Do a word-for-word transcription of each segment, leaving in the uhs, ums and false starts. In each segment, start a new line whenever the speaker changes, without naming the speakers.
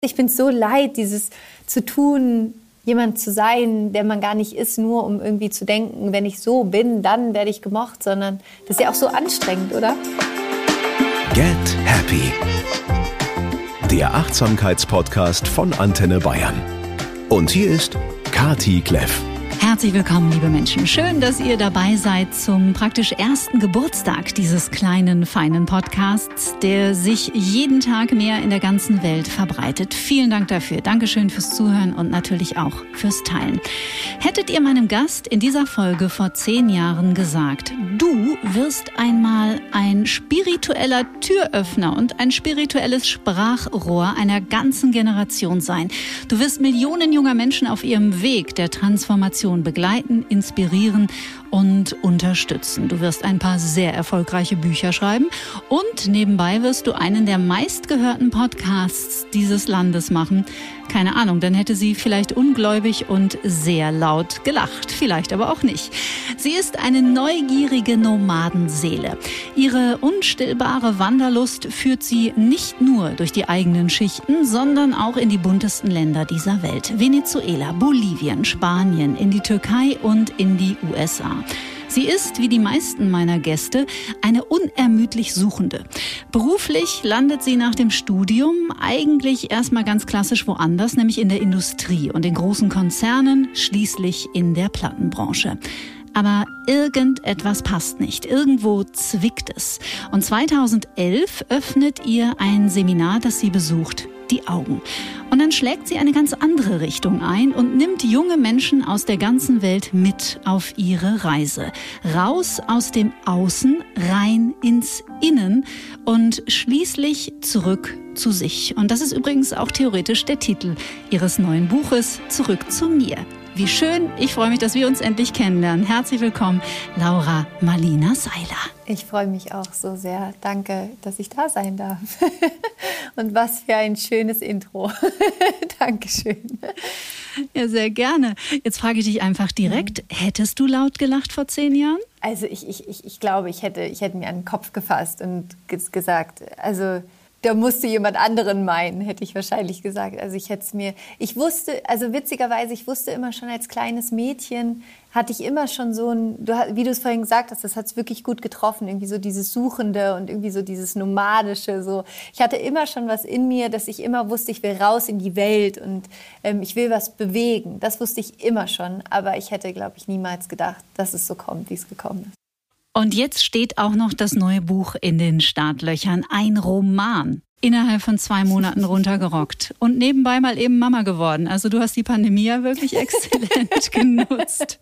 Ich bin so leid, dieses zu tun, jemand zu sein, der man gar nicht ist, nur um irgendwie zu denken, wenn ich so bin, dann werde ich gemocht, sondern das ist ja auch so anstrengend, oder?
Get Happy. Der Achtsamkeitspodcast von Antenne Bayern. Und hier ist Kati Kleff.
Herzlich willkommen, liebe Menschen. Schön, dass ihr dabei seid zum praktisch ersten Geburtstag dieses kleinen, feinen Podcasts, der sich jeden Tag mehr in der ganzen Welt verbreitet. Vielen Dank dafür. Dankeschön fürs Zuhören und natürlich auch fürs Teilen. Hättet ihr meinem Gast in dieser Folge vor zehn Jahren gesagt, du wirst einmal ein spiritueller Türöffner und ein spirituelles Sprachrohr einer ganzen Generation sein. Du wirst Millionen junger Menschen auf ihrem Weg der Transformation begleiten, inspirieren und unterstützen. Du wirst ein paar sehr erfolgreiche Bücher schreiben und nebenbei wirst du einen der meistgehörten Podcasts dieses Landes machen. Keine Ahnung, dann hätte sie vielleicht ungläubig und sehr laut gelacht, vielleicht aber auch nicht. Sie ist eine neugierige Nomadenseele. Ihre unstillbare Wanderlust führt sie nicht nur durch die eigenen Schichten, sondern auch in die buntesten Länder dieser Welt. Venezuela, Bolivien, Spanien, in die Türkei und in die U S A. Sie ist, wie die meisten meiner Gäste, eine unermüdlich Suchende. Beruflich landet sie nach dem Studium eigentlich erstmal ganz klassisch woanders, nämlich in der Industrie und in großen Konzernen, schließlich in der Plattenbranche. Aber irgendetwas passt nicht. Irgendwo zwickt es. Und zweitausendelf öffnet ihr ein Seminar, das sie besucht, die Augen. Und dann schlägt sie eine ganz andere Richtung ein und nimmt junge Menschen aus der ganzen Welt mit auf ihre Reise. Raus aus dem Außen, rein ins Innen und schließlich zurück zu sich. Und das ist übrigens auch theoretisch der Titel ihres neuen Buches, Zurück zu mir. Wie schön, ich freue mich, dass wir uns endlich kennenlernen. Herzlich willkommen, Laura Marlina Seiler.
Ich freue mich auch so sehr. Danke, dass ich da sein darf. Und was für ein schönes Intro. Dankeschön.
Ja, sehr gerne. Jetzt frage ich dich einfach direkt, mhm. hättest du laut gelacht vor zehn Jahren?
Also ich, ich, ich, ich glaube, ich hätte, ich hätte mir an den Kopf gefasst und gesagt, also da musste jemand anderen meinen, hätte ich wahrscheinlich gesagt. Also ich hätte es mir, ich wusste, also witzigerweise, ich wusste immer schon als kleines Mädchen, hatte ich immer schon so ein, du, wie du es vorhin gesagt hast, das hat es wirklich gut getroffen, irgendwie so dieses Suchende und irgendwie so dieses Nomadische. So. Ich hatte immer schon was in mir, dass ich immer wusste, ich will raus in die Welt und ähm, ich will was bewegen. Das wusste ich immer schon, aber ich hätte, glaube ich, niemals gedacht, dass es so kommt, wie es gekommen ist.
Und jetzt steht auch noch das neue Buch in den Startlöchern, ein Roman. Innerhalb von zwei Monaten runtergerockt und nebenbei mal eben Mama geworden. Also du hast die Pandemie ja wirklich exzellent genutzt.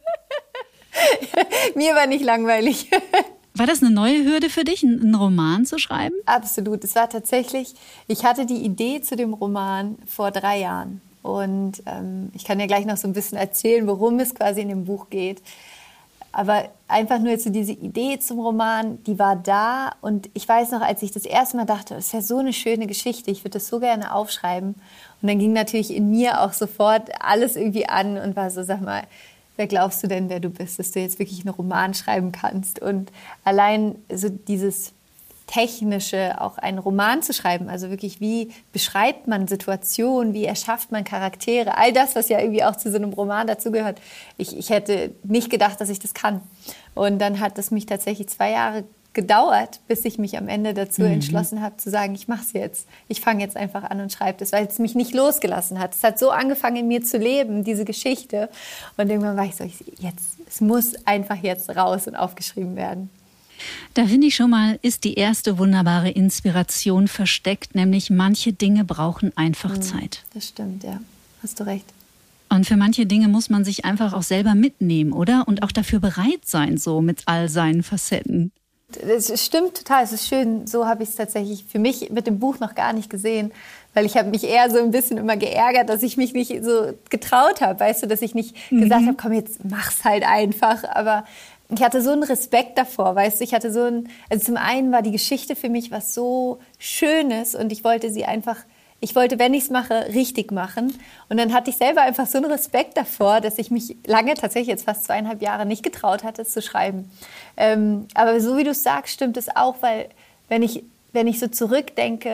Mir war nicht langweilig.
War das eine neue Hürde für dich, einen Roman zu schreiben?
Absolut. Es war tatsächlich, ich hatte die Idee zu dem Roman vor drei Jahren. Und ähm, ich kann ja gleich noch so ein bisschen erzählen, worum es quasi in dem Buch geht. Aber einfach nur jetzt so diese Idee zum Roman, die war da. Und ich weiß noch, als ich das erste Mal dachte, das ist ja so eine schöne Geschichte, ich würde das so gerne aufschreiben. Und dann ging natürlich in mir auch sofort alles irgendwie an und war so, sag mal, wer glaubst du denn, wer du bist, dass du jetzt wirklich einen Roman schreiben kannst? Und allein so dieses Technische, auch einen Roman zu schreiben, also wirklich, wie beschreibt man Situationen, wie erschafft man Charaktere, all das, was ja irgendwie auch zu so einem Roman dazugehört. Ich, ich hätte nicht gedacht, dass ich das kann. Und dann hat es mich tatsächlich zwei Jahre gedauert, bis ich mich am Ende dazu mhm. entschlossen habe, zu sagen, ich mache es jetzt. Ich fange jetzt einfach an und schreibe das, weil es mich nicht losgelassen hat. Es hat so angefangen, in mir zu leben, diese Geschichte. Und irgendwann war ich so, jetzt, es muss einfach jetzt raus und aufgeschrieben werden.
Da finde ich schon mal, ist die erste wunderbare Inspiration versteckt, nämlich manche Dinge brauchen einfach mhm, Zeit.
Das stimmt, ja. Hast du recht.
Und für manche Dinge muss man sich einfach auch selber mitnehmen, oder? Und auch dafür bereit sein, so mit all seinen Facetten.
Das stimmt total, es ist schön. So habe ich es tatsächlich für mich mit dem Buch noch gar nicht gesehen. Weil ich habe mich eher so ein bisschen immer geärgert, dass ich mich nicht so getraut habe. Weißt du, dass ich nicht mhm. gesagt habe, komm, jetzt mach's halt einfach. Aber ich hatte so einen Respekt davor, weißt du, ich hatte so ein, also zum einen war die Geschichte für mich was so Schönes und ich wollte sie einfach, ich wollte, wenn ich es mache, richtig machen. Und dann hatte ich selber einfach so einen Respekt davor, dass ich mich lange, tatsächlich jetzt fast zweieinhalb Jahre, nicht getraut hatte, es zu schreiben. Ähm, aber so wie du es sagst, stimmt es auch, weil wenn ich, wenn ich so zurückdenke,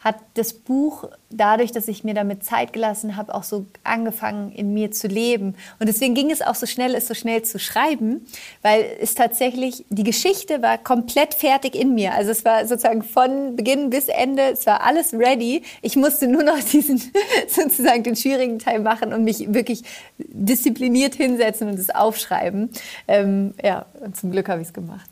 hat das Buch, dadurch, dass ich mir damit Zeit gelassen habe, auch so angefangen, in mir zu leben. Und deswegen ging es auch so schnell, es so schnell zu schreiben, weil es tatsächlich, die Geschichte war komplett fertig in mir. Also es war sozusagen von Beginn bis Ende, es war alles ready. Ich musste nur noch diesen, sozusagen den schwierigen Teil machen und mich wirklich diszipliniert hinsetzen und es aufschreiben. Ähm, ja, und zum Glück habe ich es gemacht.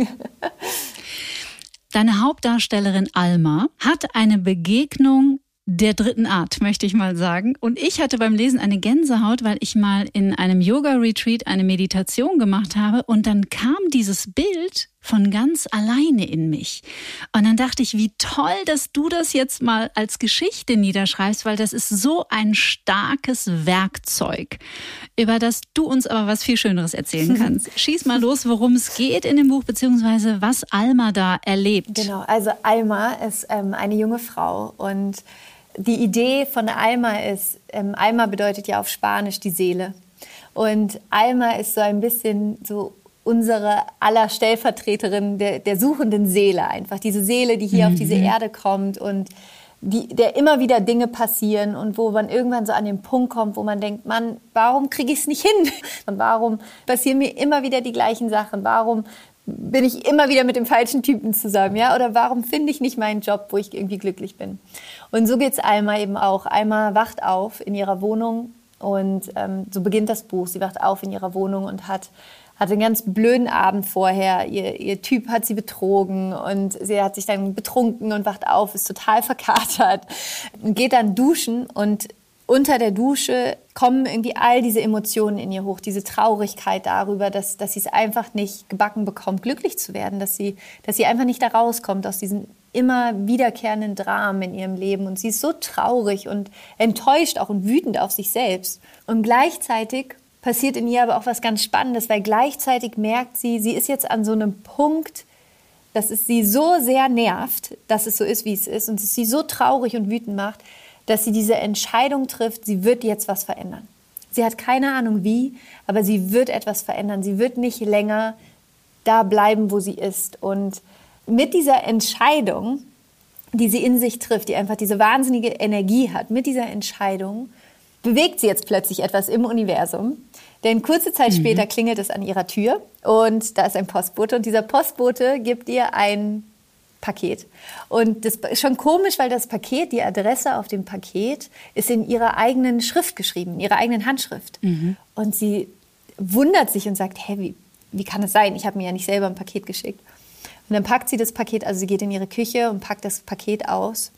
Deine Hauptdarstellerin Alma hat eine Begegnung der dritten Art, möchte ich mal sagen. Und ich hatte beim Lesen eine Gänsehaut, weil ich mal in einem Yoga-Retreat eine Meditation gemacht habe und dann kam dieses Bild von ganz alleine in mich. Und dann dachte ich, wie toll, dass du das jetzt mal als Geschichte niederschreibst, weil das ist so ein starkes Werkzeug, über das du uns aber was viel Schöneres erzählen kannst. Schieß mal los, worum es geht in dem Buch, beziehungsweise was Alma da erlebt.
Genau, also Alma ist ähm, eine junge Frau und die Idee von Alma ist, ähm, Alma bedeutet ja auf Spanisch die Seele. Und Alma ist so ein bisschen so unsere aller Stellvertreterin der, der suchenden Seele einfach. Diese Seele, die hier mhm. auf diese Erde kommt und die, der immer wieder Dinge passieren und wo man irgendwann so an den Punkt kommt, wo man denkt, Mann, warum kriege ich es nicht hin? Und warum passieren mir immer wieder die gleichen Sachen? Warum bin ich immer wieder mit dem falschen Typen zusammen? Ja? Oder warum finde ich nicht meinen Job, wo ich irgendwie glücklich bin? Und so geht's Alma eben auch. Alma wacht auf in ihrer Wohnung und ähm, so beginnt das Buch. Sie wacht auf in ihrer Wohnung und hat hatte einen ganz blöden Abend vorher. Ihr, ihr Typ hat sie betrogen und sie hat sich dann betrunken und wacht auf, ist total verkatert und geht dann duschen und unter der Dusche kommen irgendwie all diese Emotionen in ihr hoch, diese Traurigkeit darüber, dass, dass sie es einfach nicht gebacken bekommt, glücklich zu werden, dass sie, dass sie einfach nicht da rauskommt aus diesen immer wiederkehrenden Dramen in ihrem Leben. Und sie ist so traurig und enttäuscht auch und wütend auf sich selbst. Und gleichzeitig passiert in ihr aber auch was ganz Spannendes, weil gleichzeitig merkt sie, sie ist jetzt an so einem Punkt, dass es sie so sehr nervt, dass es so ist, wie es ist, und es sie so traurig und wütend macht, dass sie diese Entscheidung trifft, sie wird jetzt was verändern. Sie hat keine Ahnung wie, aber sie wird etwas verändern. Sie wird nicht länger da bleiben, wo sie ist. Und mit dieser Entscheidung, die sie in sich trifft, die einfach diese wahnsinnige Energie hat, mit dieser Entscheidung bewegt sie jetzt plötzlich etwas im Universum. Denn kurze Zeit mhm. später klingelt es an ihrer Tür und da ist ein Postbote. Und dieser Postbote gibt ihr ein Paket. Und das ist schon komisch, weil das Paket, die Adresse auf dem Paket, ist in ihrer eigenen Schrift geschrieben, in ihrer eigenen Handschrift. Mhm. Und sie wundert sich und sagt, hey, wie, wie kann das sein? Ich habe mir ja nicht selber ein Paket geschickt. Und dann packt sie das Paket, also sie geht in ihre Küche und packt das Paket aus.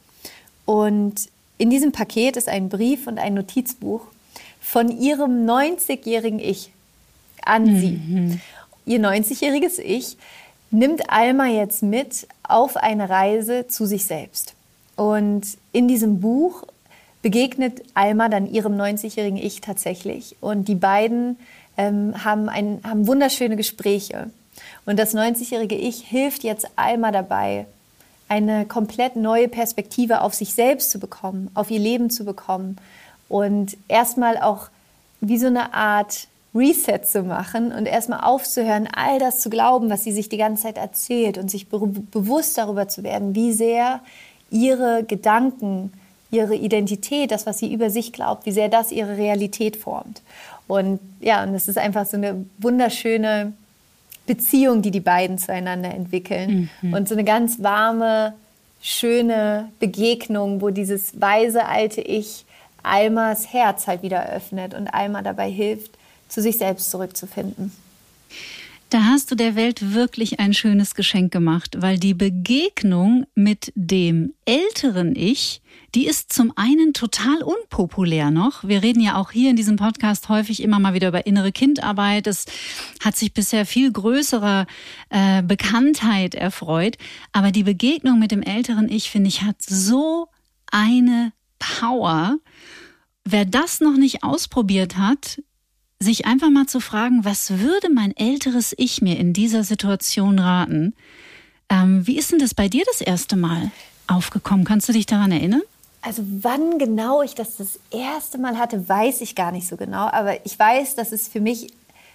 Und in diesem Paket ist ein Brief und ein Notizbuch von ihrem neunzigjährigen Ich an mhm. sie. Ihr neunzigjähriges Ich nimmt Alma jetzt mit auf eine Reise zu sich selbst. Und in diesem Buch begegnet Alma dann ihrem neunzigjährigen Ich tatsächlich. Und die beiden ähm, haben, ein, haben wunderschöne Gespräche. Und das neunzigjährige Ich hilft jetzt Alma dabei, eine komplett neue Perspektive auf sich selbst zu bekommen, auf ihr Leben zu bekommen und erstmal auch wie so eine Art Reset zu machen und erstmal aufzuhören, all das zu glauben, was sie sich die ganze Zeit erzählt und sich be- bewusst darüber zu werden, wie sehr ihre Gedanken, ihre Identität, das, was sie über sich glaubt, wie sehr das ihre Realität formt. Und ja, und das ist einfach so eine wunderschöne Beziehung, die die beiden zueinander entwickeln. Mhm. Und so eine ganz warme, schöne Begegnung, wo dieses weise alte Ich Almas Herz halt wieder öffnet und Alma dabei hilft, zu sich selbst zurückzufinden.
Da hast du der Welt wirklich ein schönes Geschenk gemacht, weil die Begegnung mit dem älteren Ich, die ist zum einen total unpopulär noch. Wir reden ja auch hier in diesem Podcast häufig immer mal wieder über innere Kindarbeit. Es hat sich bisher viel größerer äh, Bekanntheit erfreut. Aber die Begegnung mit dem älteren Ich, finde ich, hat so eine Power. Wer das noch nicht ausprobiert hat, sich einfach mal zu fragen, was würde mein älteres Ich mir in dieser Situation raten? Ähm, wie ist denn das bei dir das erste Mal aufgekommen? Kannst du dich daran erinnern?
Also wann genau ich das das erste Mal hatte, weiß ich gar nicht so genau. Aber ich weiß, dass es für mich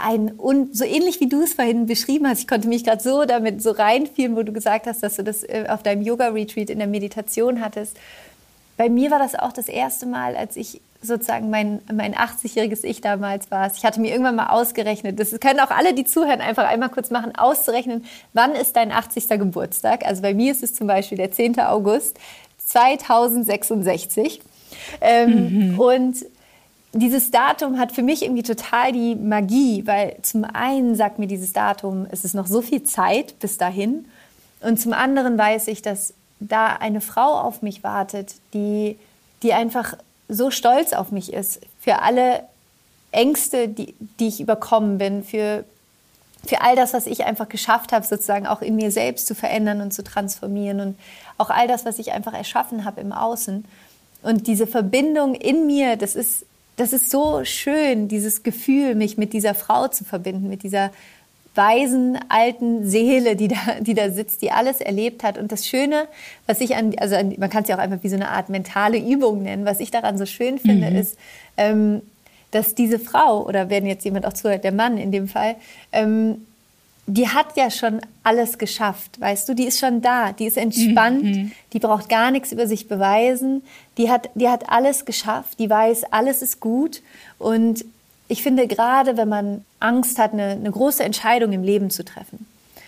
ein, und so ähnlich wie du es vorhin beschrieben hast, ich konnte mich gerade so damit so reinfühlen, wo du gesagt hast, dass du das auf deinem Yoga-Retreat in der Meditation hattest. Bei mir war das auch das erste Mal, als ich sozusagen mein, mein achtzigjähriges Ich damals war. Ich hatte mir irgendwann mal ausgerechnet, das können auch alle, die zuhören, einfach einmal kurz machen, auszurechnen, wann ist dein achtzigster Geburtstag? Also bei mir ist es zum Beispiel der zehnte August zweitausendsechsundsechzig. Ähm, mhm. Und dieses Datum hat für mich irgendwie total die Magie, weil zum einen sagt mir dieses Datum, es ist noch so viel Zeit bis dahin. Und zum anderen weiß ich, dass da eine Frau auf mich wartet, die, die einfach so stolz auf mich ist, für alle Ängste, die, die ich überkommen bin, für, für all das, was ich einfach geschafft habe, sozusagen auch in mir selbst zu verändern und zu transformieren und auch all das, was ich einfach erschaffen habe im Außen. Und diese Verbindung in mir, das ist, das ist so schön, dieses Gefühl, mich mit dieser Frau zu verbinden, mit dieser weisen, alten Seele, die da, die da sitzt, die alles erlebt hat. Und das Schöne, was ich an, also an, man kann es ja auch einfach wie so eine Art mentale Übung nennen, was ich daran so schön finde, mhm. ist, ähm, dass diese Frau, oder wenn jetzt jemand auch zuhört, der Mann in dem Fall, ähm, die hat ja schon alles geschafft, weißt du, die ist schon da, die ist entspannt, mhm. die braucht gar nichts über sich beweisen, die hat, die hat alles geschafft, die weiß, alles ist gut. Und ich finde, gerade wenn man Angst hat, eine, eine große Entscheidung im Leben zu treffen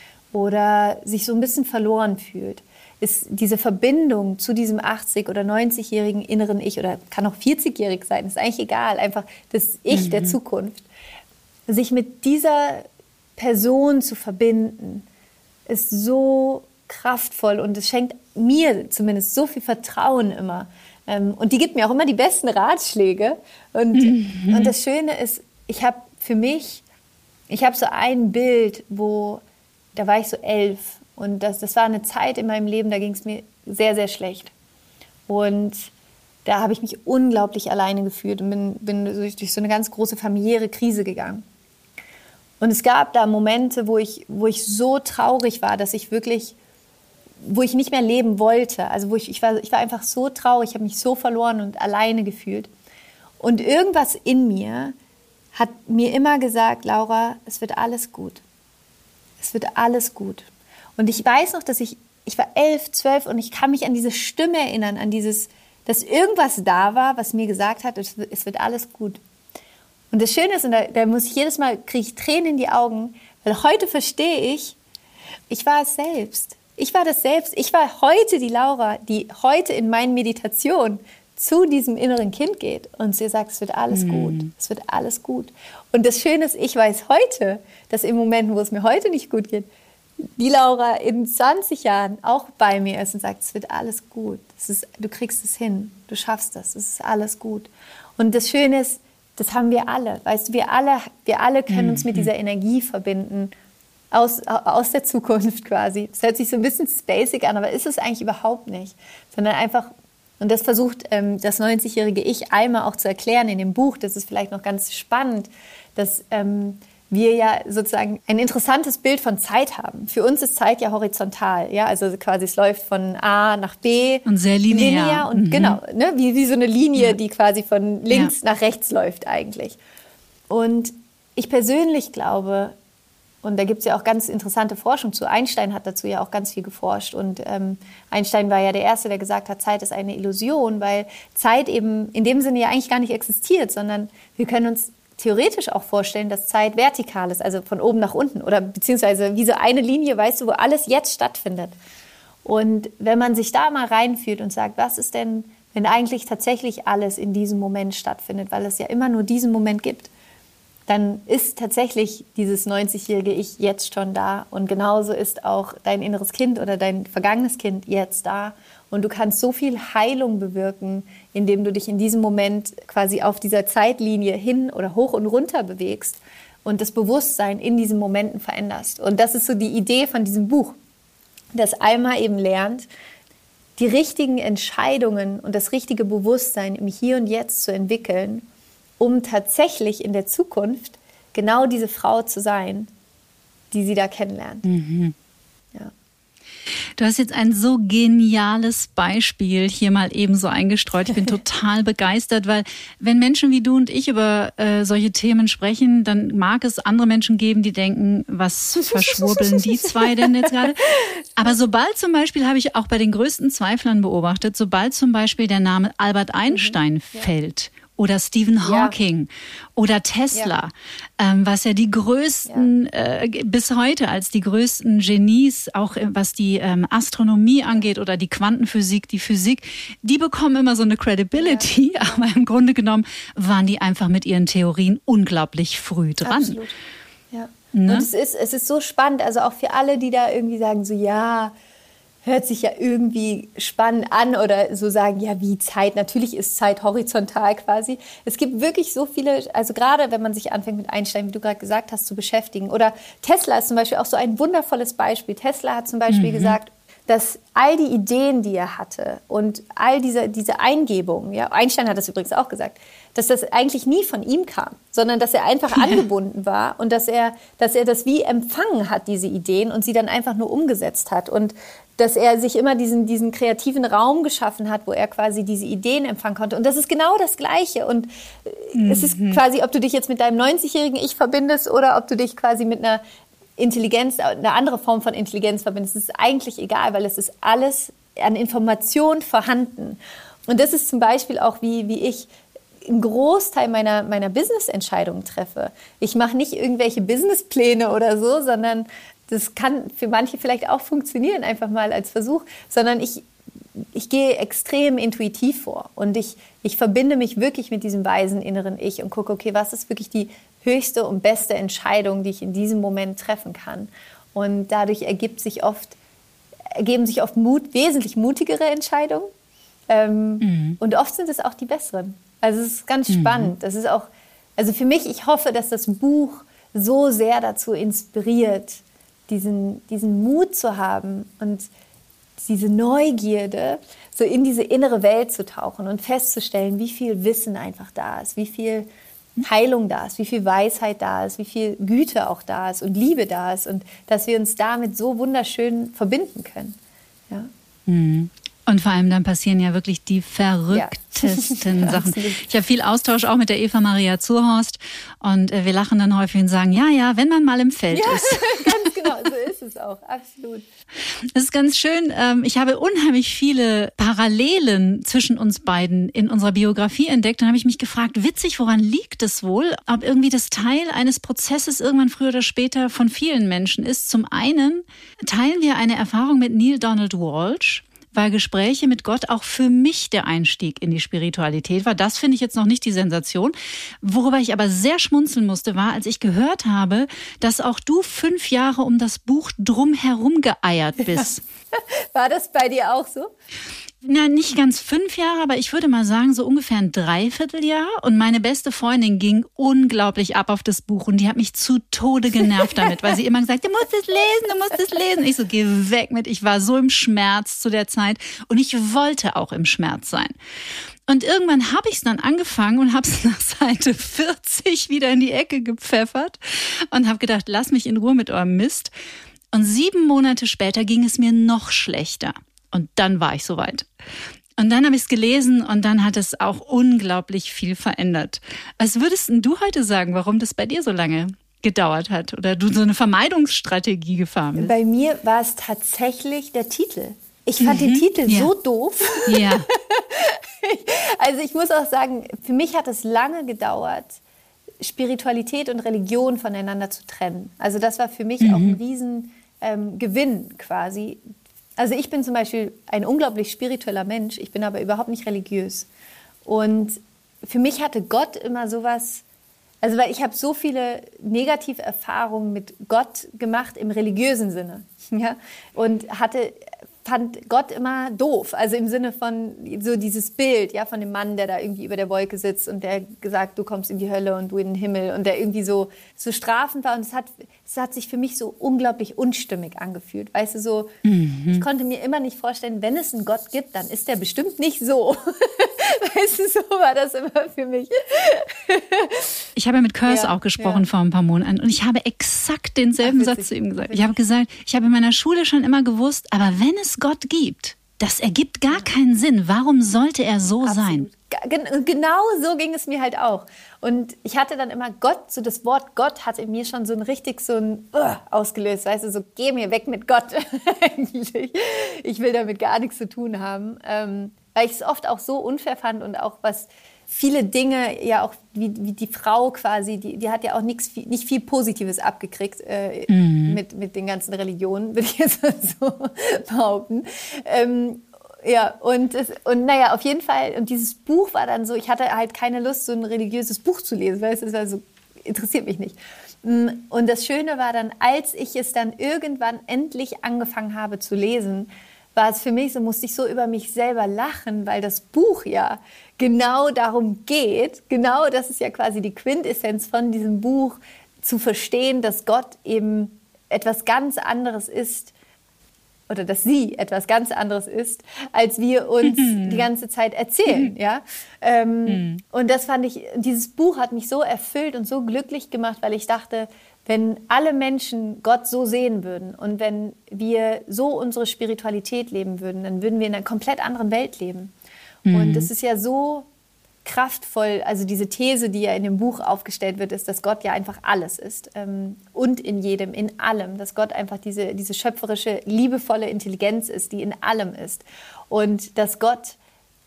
oder sich so ein bisschen verloren fühlt, ist diese Verbindung zu diesem achtzig- oder neunzigjährigen inneren Ich oder kann auch vierzigjährig sein, ist eigentlich egal, einfach das Ich mhm. der Zukunft, sich mit dieser Person zu verbinden, ist so kraftvoll und es schenkt mir zumindest so viel Vertrauen immer. Und die gibt mir auch immer die besten Ratschläge. Und, mhm. und das Schöne ist, ich habe für mich, ich habe so ein Bild, wo, da war ich so elf und das, das war eine Zeit in meinem Leben, da ging es mir sehr, sehr schlecht. Und da habe ich mich unglaublich alleine gefühlt und bin, bin durch, durch so eine ganz große familiäre Krise gegangen. Und es gab da Momente, wo ich, wo ich so traurig war, dass ich wirklich, wo ich nicht mehr leben wollte. Also wo ich, ich, war, ich war einfach so traurig, ich habe mich so verloren und alleine gefühlt. Und irgendwas in mir hat mir immer gesagt, Laura, es wird alles gut. Es wird alles gut. Und ich weiß noch, dass ich, ich war elf, zwölf und ich kann mich an diese Stimme erinnern, an dieses, dass irgendwas da war, was mir gesagt hat, es, es wird alles gut. Und das Schöne ist, und da, da muss ich jedes Mal, kriege ich Tränen in die Augen, weil heute verstehe ich, ich war es selbst. Ich war das selbst. Ich war heute die Laura, die heute in meinen Meditationen zu diesem inneren Kind geht und sie sagt, es wird alles mm. gut. Es wird alles gut. Und das Schöne ist, ich weiß heute, dass in Momenten, wo es mir heute nicht gut geht, die Laura in zwanzig Jahren auch bei mir ist und sagt, es wird alles gut. Es ist, du kriegst es hin. Du schaffst das. Es ist alles gut. Und das Schöne ist, das haben wir alle. Weißt du, wir alle, wir alle können uns mit dieser Energie verbinden, aus, aus der Zukunft quasi. Das hört sich so ein bisschen basic an, aber ist es eigentlich überhaupt nicht. Sondern einfach, und das versucht ähm, das neunzigjährige Ich einmal auch zu erklären in dem Buch, das ist vielleicht noch ganz spannend, dass ähm, wir ja sozusagen ein interessantes Bild von Zeit haben. Für uns ist Zeit ja horizontal, ja, also quasi es läuft von A nach B.
Und sehr linear.
linear und mhm. genau, ne, wie, wie so eine Linie, ja. die quasi von links ja. nach rechts läuft eigentlich. Und ich persönlich glaube, und da gibt es ja auch ganz interessante Forschung zu, Einstein hat dazu ja auch ganz viel geforscht und ähm, Einstein war ja der Erste, der gesagt hat, Zeit ist eine Illusion, weil Zeit eben in dem Sinne ja eigentlich gar nicht existiert, sondern wir können uns theoretisch auch vorstellen, dass Zeit vertikal ist, also von oben nach unten oder beziehungsweise wie so eine Linie, weißt du, wo alles jetzt stattfindet. Und wenn man sich da mal reinfühlt und sagt, was ist denn, wenn eigentlich tatsächlich alles in diesem Moment stattfindet, weil es ja immer nur diesen Moment gibt, dann ist tatsächlich dieses neunzigjährige Ich jetzt schon da und genauso ist auch dein inneres Kind oder dein vergangenes Kind jetzt da und du kannst so viel Heilung bewirken, indem du dich in diesem Moment quasi auf dieser Zeitlinie hin oder hoch und runter bewegst und das Bewusstsein in diesen Momenten veränderst. Und das ist so die Idee von diesem Buch, dass Alma eben lernt, die richtigen Entscheidungen und das richtige Bewusstsein im Hier und Jetzt zu entwickeln, um tatsächlich in der Zukunft genau diese Frau zu sein, die sie da kennenlernt.
Mhm.
Ja.
Du hast jetzt ein so geniales Beispiel hier mal eben so eingestreut. Ich bin total begeistert, weil wenn Menschen wie du und ich über äh, solche Themen sprechen, dann mag es andere Menschen geben, die denken, was verschwurbeln die zwei denn jetzt gerade? Aber sobald zum Beispiel, habe ich auch bei den größten Zweiflern beobachtet, sobald zum Beispiel der Name Albert Einstein mhm. ja. fällt, oder Stephen Hawking ja. oder Tesla, ja. ähm, was ja die größten, ja. äh, bis heute als die größten Genies, auch was die ähm, Astronomie angeht oder die Quantenphysik, die Physik, die bekommen immer so eine Credibility, ja. aber im Grunde genommen waren die einfach mit ihren Theorien unglaublich früh dran.
Absolut. Ja. Ne? Und es ist, es ist so spannend, also auch für alle, die da irgendwie sagen, so ja, hört sich ja irgendwie spannend an oder so sagen, ja, wie Zeit, natürlich ist Zeit horizontal quasi. Es gibt wirklich so viele, also gerade wenn man sich anfängt mit Einstein, wie du gerade gesagt hast, zu beschäftigen. Oder Tesla ist zum Beispiel auch so ein wundervolles Beispiel. Tesla hat zum Beispiel mhm. gesagt, dass all die Ideen, die er hatte und all diese, diese Eingebungen, ja, Einstein hat das übrigens auch gesagt, dass das eigentlich nie von ihm kam, sondern dass er einfach angebunden war und dass er, dass er das wie empfangen hat, diese Ideen, und sie dann einfach nur umgesetzt hat. Und dass er sich immer diesen, diesen kreativen Raum geschaffen hat, wo er quasi diese Ideen empfangen konnte. Und das ist genau das Gleiche. Und mhm. es ist quasi, ob du dich jetzt mit deinem neunzigjährigen Ich verbindest oder ob du dich quasi mit einer Intelligenz, eine andere Form von Intelligenz verbindest. Es ist eigentlich egal, weil es ist alles an Information vorhanden. Und das ist zum Beispiel auch, wie, wie ich einen Großteil meiner, meiner Business-Entscheidungen treffe. Ich mache nicht irgendwelche Businesspläne oder so, sondern das kann für manche vielleicht auch funktionieren, einfach mal als Versuch, sondern ich, ich gehe extrem intuitiv vor und ich, ich verbinde mich wirklich mit diesem weisen inneren Ich und gucke, okay, was ist wirklich die höchste und beste Entscheidung, die ich in diesem Moment treffen kann. Und dadurch ergibt sich oft, ergeben sich oft Mut, wesentlich mutigere Entscheidungen ähm, mhm. und oft sind es auch die besseren. Also es ist ganz mhm. spannend. Das ist auch, also für mich, ich hoffe, dass das Buch so sehr dazu inspiriert, diesen, diesen Mut zu haben und diese Neugierde, so in diese innere Welt zu tauchen und festzustellen, wie viel Wissen einfach da ist, wie viel Heilung da ist, wie viel Weisheit da ist, wie viel Güte auch da ist und Liebe da ist und dass wir uns damit so wunderschön verbinden können. Ja.
Mhm. Und vor allem dann passieren ja wirklich die verrücktesten ja. Sachen. Ich habe viel Austausch auch mit der Eva Maria Zurhorst und wir lachen dann häufig und sagen, ja, ja, wenn man mal im Feld
ja,
ist.
Ganz genau, so ist es auch, absolut.
Das ist ganz schön. Ich habe unheimlich viele Parallelen zwischen uns beiden in unserer Biografie entdeckt. Dann habe ich mich gefragt, witzig, woran liegt es wohl? Ob irgendwie das Teil eines Prozesses irgendwann früher oder später von vielen Menschen ist. Zum einen teilen wir eine Erfahrung mit Neale Donald Walsch, weil Gespräche mit Gott auch für mich der Einstieg in die Spiritualität war. Das finde ich jetzt noch nicht die Sensation. Worüber ich aber sehr schmunzeln musste, war, als ich gehört habe, dass auch du fünf Jahre um das Buch drumherum geeiert bist.
Ja. War das bei dir auch so?
Na, nicht ganz fünf Jahre, aber ich würde mal sagen, so ungefähr ein Dreivierteljahr. Und meine beste Freundin ging unglaublich ab auf das Buch und die hat mich zu Tode genervt damit, weil sie immer gesagt, du musst es lesen, du musst es lesen. Ich so, geh weg mit. Ich war so im Schmerz zu der Zeit und ich wollte auch im Schmerz sein. Und irgendwann habe ich es dann angefangen und habe es nach Seite vierzig wieder in die Ecke gepfeffert und habe gedacht, lass mich in Ruhe mit eurem Mist. Und sieben Monate später ging es mir noch schlechter. Und dann war ich soweit. Und dann habe ich es gelesen und dann hat es auch unglaublich viel verändert. Was würdest du heute sagen, warum das bei dir so lange gedauert hat oder du so eine Vermeidungsstrategie gefahren bist?
Bei mir war es tatsächlich der Titel. Ich fand mhm. den Titel ja. so doof.
Ja.
Also ich muss auch sagen, für mich hat es lange gedauert, Spiritualität und Religion voneinander zu trennen. Also das war für mich mhm. auch ein riesen ähm, Gewinn quasi. Also ich bin zum Beispiel ein unglaublich spiritueller Mensch, ich bin aber überhaupt nicht religiös. Und für mich hatte Gott immer sowas, also weil ich habe so viele negative Erfahrungen mit Gott gemacht im religiösen Sinne. Ja? Und hatte, fand Gott immer doof, also im Sinne von so dieses Bild, ja, von dem Mann, der da irgendwie über der Wolke sitzt und der gesagt, du kommst in die Hölle und du in den Himmel und der irgendwie so, so strafend war. Und es hat, es hat sich für mich so unglaublich unstimmig angefühlt. Weißt du, so, mhm. ich konnte mir immer nicht vorstellen, wenn es einen Gott gibt, dann ist der bestimmt nicht so. Weißt du, so war das immer für mich.
Ich habe ja mit Curse
ja,
auch gesprochen ja. vor ein paar Monaten und ich habe exakt denselben Ach, Satz zu ihm gesagt. Ich habe gesagt, ich habe in meiner Schule schon immer gewusst, aber wenn es Gott gibt, das ergibt gar keinen Sinn. Warum sollte er so Absolut. sein?
Genau so ging es mir halt auch. Und ich hatte dann immer Gott, so das Wort Gott hat in mir schon so ein richtig so ein uh, ausgelöst, weißt du, so geh mir weg mit Gott eigentlich. Ich will damit gar nichts zu tun haben, ähm, weil ich es oft auch so unfair fand und auch was viele Dinge, ja auch wie, wie die Frau quasi, die, die hat ja auch nix, nicht viel Positives abgekriegt äh, mhm. mit, mit den ganzen Religionen, würde ich jetzt mal so behaupten. Ähm, Ja, und, es, und naja, auf jeden Fall, und dieses Buch war dann so, ich hatte halt keine Lust, so ein religiöses Buch zu lesen, weil es war so, interessiert mich nicht. Und das Schöne war dann, als ich es dann irgendwann endlich angefangen habe zu lesen, war es für mich so, musste ich so über mich selber lachen, weil das Buch ja genau darum geht, genau das ist ja quasi die Quintessenz von diesem Buch, zu verstehen, dass Gott eben etwas ganz anderes ist, oder dass sie etwas ganz anderes ist, als wir uns mhm. die ganze Zeit erzählen. Mhm. Ja? Ähm, mhm. Und das fand ich, dieses Buch hat mich so erfüllt und so glücklich gemacht, weil ich dachte, wenn alle Menschen Gott so sehen würden und wenn wir so unsere Spiritualität leben würden, dann würden wir in einer komplett anderen Welt leben. Mhm. Und es ist ja so kraftvoll, also diese These, die ja in dem Buch aufgestellt wird, ist, dass Gott ja einfach alles ist ähm, und in jedem, in allem, dass Gott einfach diese, diese schöpferische, liebevolle Intelligenz ist, die in allem ist und dass Gott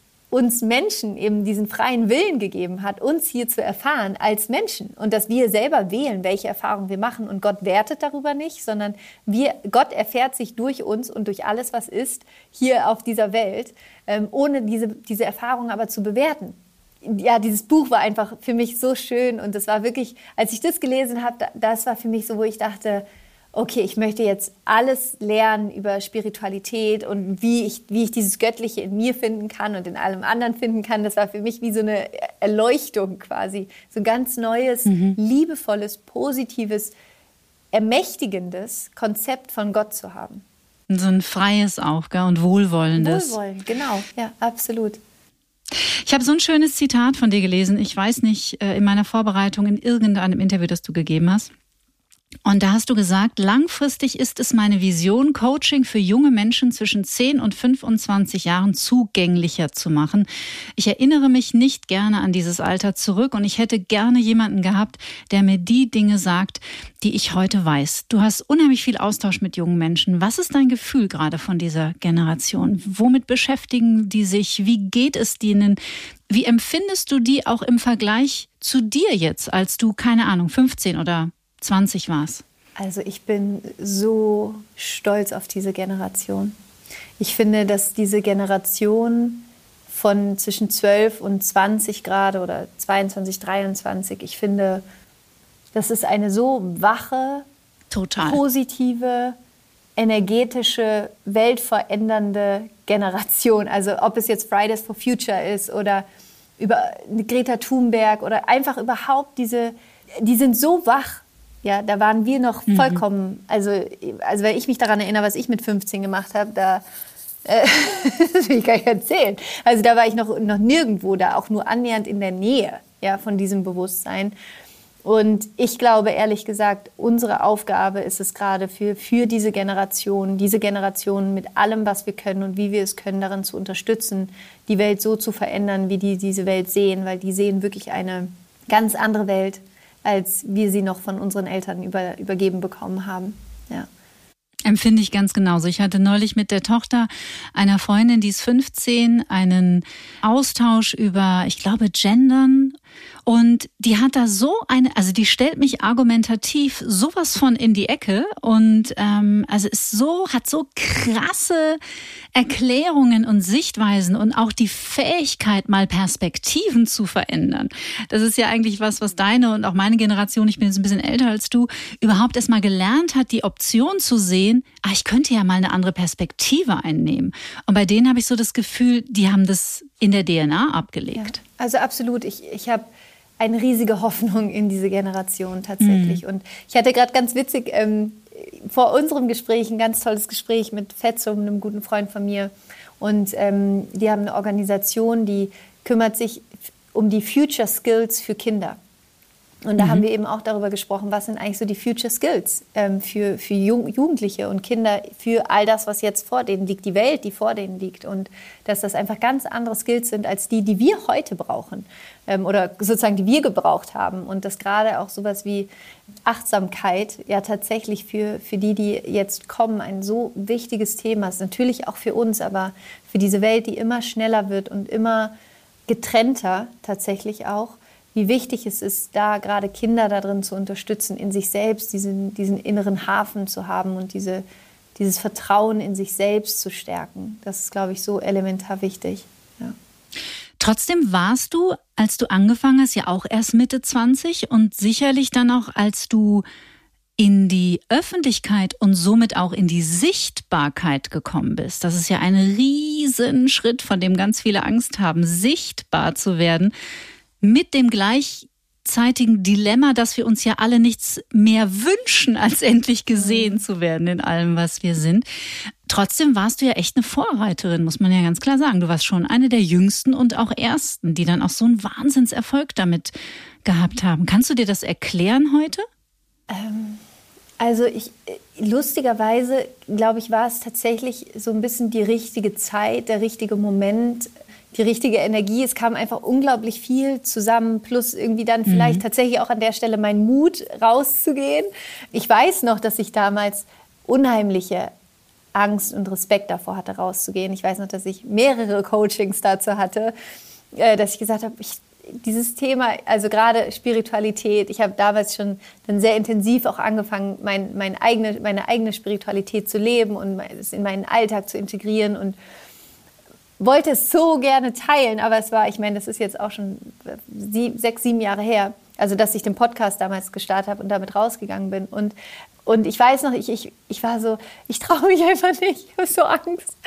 uns Menschen eben diesen freien Willen gegeben hat, uns hier zu erfahren als Menschen und dass wir selber wählen, welche Erfahrungen wir machen und Gott wertet darüber nicht, sondern wir, Gott erfährt sich durch uns und durch alles, was ist, hier auf dieser Welt, ähm, ohne diese, diese Erfahrung aber zu bewerten. Ja, dieses Buch war einfach für mich so schön und das war wirklich, als ich das gelesen habe, das war für mich so, wo ich dachte, okay, ich möchte jetzt alles lernen über Spiritualität und wie ich, wie ich dieses Göttliche in mir finden kann und in allem anderen finden kann. Das war für mich wie so eine Erleuchtung quasi, so ein ganz neues, mhm. liebevolles, positives, ermächtigendes Konzept von Gott zu haben.
So ein freies auch, gell? Und wohlwollendes.
Wohlwollend, genau, ja, absolut.
Ich habe so ein schönes Zitat von dir gelesen. Ich weiß nicht, in meiner Vorbereitung in irgendeinem Interview, das du gegeben hast. Und da hast du gesagt, langfristig ist es meine Vision, Coaching für junge Menschen zwischen zehn und fünfundzwanzig Jahren zugänglicher zu machen. Ich erinnere mich nicht gerne an dieses Alter zurück und ich hätte gerne jemanden gehabt, der mir die Dinge sagt, die ich heute weiß. Du hast unheimlich viel Austausch mit jungen Menschen. Was ist dein Gefühl gerade von dieser Generation? Womit beschäftigen die sich? Wie geht es denen? Wie empfindest du die auch im Vergleich zu dir jetzt, als du, keine Ahnung, fünfzehn oder zwanzig war's?
Also ich bin so stolz auf diese Generation. Ich finde, dass diese Generation von zwischen zwölf und zwanzig gerade oder zweiundzwanzig, dreiundzwanzig, ich finde, das ist eine so wache,
total
positive, energetische, weltverändernde Generation. Also ob es jetzt Fridays for Future ist oder über Greta Thunberg oder einfach überhaupt diese, die sind so wach. Ja, da waren wir noch vollkommen, mhm. also, also wenn ich mich daran erinnere, was ich mit fünfzehn gemacht habe, da, äh, das will ich gar nicht erzählen. Also da war ich noch, noch nirgendwo, da auch nur annähernd in der Nähe, ja, von diesem Bewusstsein. Und ich glaube, ehrlich gesagt, unsere Aufgabe ist es gerade für, für diese Generation, diese Generation mit allem, was wir können und wie wir es können, darin zu unterstützen, die Welt so zu verändern, wie die diese Welt sehen, weil die sehen wirklich eine ganz andere Welt, als wir sie noch von unseren Eltern über, übergeben bekommen haben. Ja.
Empfinde ich ganz genauso. Ich hatte neulich mit der Tochter einer Freundin, die ist fünfzehn, einen Austausch über, ich glaube, Gendern. Und die hat da so eine, also die stellt mich argumentativ sowas von in die Ecke und ähm, also ist so, hat so krasse Erklärungen und Sichtweisen und auch die Fähigkeit, mal Perspektiven zu verändern. Das ist ja eigentlich was, was deine und auch meine Generation, ich bin jetzt ein bisschen älter als du, überhaupt erst mal gelernt hat, die Option zu sehen, ah, ich könnte ja mal eine andere Perspektive einnehmen. Und bei denen habe ich so das Gefühl, die haben das in der D N A abgelegt.
Ja, also absolut. Ich, ich habe eine riesige Hoffnung in diese Generation tatsächlich. Mhm. Und ich hatte gerade ganz witzig ähm, vor unserem Gespräch ein ganz tolles Gespräch mit Fetzum, einem guten Freund von mir. Und ähm, die haben eine Organisation, die kümmert sich um die Future Skills für Kinder. Und da
Mhm.
haben wir eben auch darüber gesprochen, was sind eigentlich so die Future Skills ähm, für, für Jung, Jugendliche und Kinder, für all das, was jetzt vor denen liegt, die Welt, die vor denen liegt. Und dass das einfach ganz andere Skills sind als die, die wir heute brauchen ähm, oder sozusagen die wir gebraucht haben. Und dass gerade auch sowas wie Achtsamkeit ja tatsächlich für, für die, die jetzt kommen, ein so wichtiges Thema ist. Natürlich auch für uns, aber für diese Welt, die immer schneller wird und immer getrennter tatsächlich auch. Wie wichtig es ist, da gerade Kinder darin zu unterstützen, in sich selbst diesen, diesen inneren Hafen zu haben und diese, dieses Vertrauen in sich selbst zu stärken. Das ist, glaube ich, so elementar wichtig. Ja.
Trotzdem warst du, als du angefangen hast, ja auch erst Mitte zwanzig und sicherlich dann auch, als du in die Öffentlichkeit und somit auch in die Sichtbarkeit gekommen bist. Das ist ja ein Riesenschritt, von dem ganz viele Angst haben, sichtbar zu werden. Mit dem gleichzeitigen Dilemma, dass wir uns ja alle nichts mehr wünschen, als endlich gesehen zu werden in allem, was wir sind. Trotzdem warst du ja echt eine Vorreiterin, muss man ja ganz klar sagen. Du warst schon eine der jüngsten und auch ersten, die dann auch so einen Wahnsinnserfolg damit gehabt haben. Kannst du dir das erklären heute?
Ähm, also ich, lustigerweise, glaube ich, war es tatsächlich so ein bisschen die richtige Zeit, der richtige Moment, die richtige Energie. Es kam einfach unglaublich viel zusammen, plus irgendwie dann vielleicht mhm. tatsächlich auch an der Stelle mein Mut, rauszugehen. Ich weiß noch, dass ich damals unheimliche Angst und Respekt davor hatte, rauszugehen. Ich weiß noch, dass ich mehrere Coachings dazu hatte, dass ich gesagt habe, ich, dieses Thema, also gerade Spiritualität, ich habe damals schon dann sehr intensiv auch angefangen, mein, mein eigene, meine eigene Spiritualität zu leben und es in meinen Alltag zu integrieren und wollte es so gerne teilen, aber es war, ich meine, das ist jetzt auch schon sieb, sechs, sieben Jahre her, also dass ich den Podcast damals gestartet habe und damit rausgegangen bin. Und, und ich weiß noch, ich, ich, ich war so, ich traue mich einfach nicht, ich habe so Angst.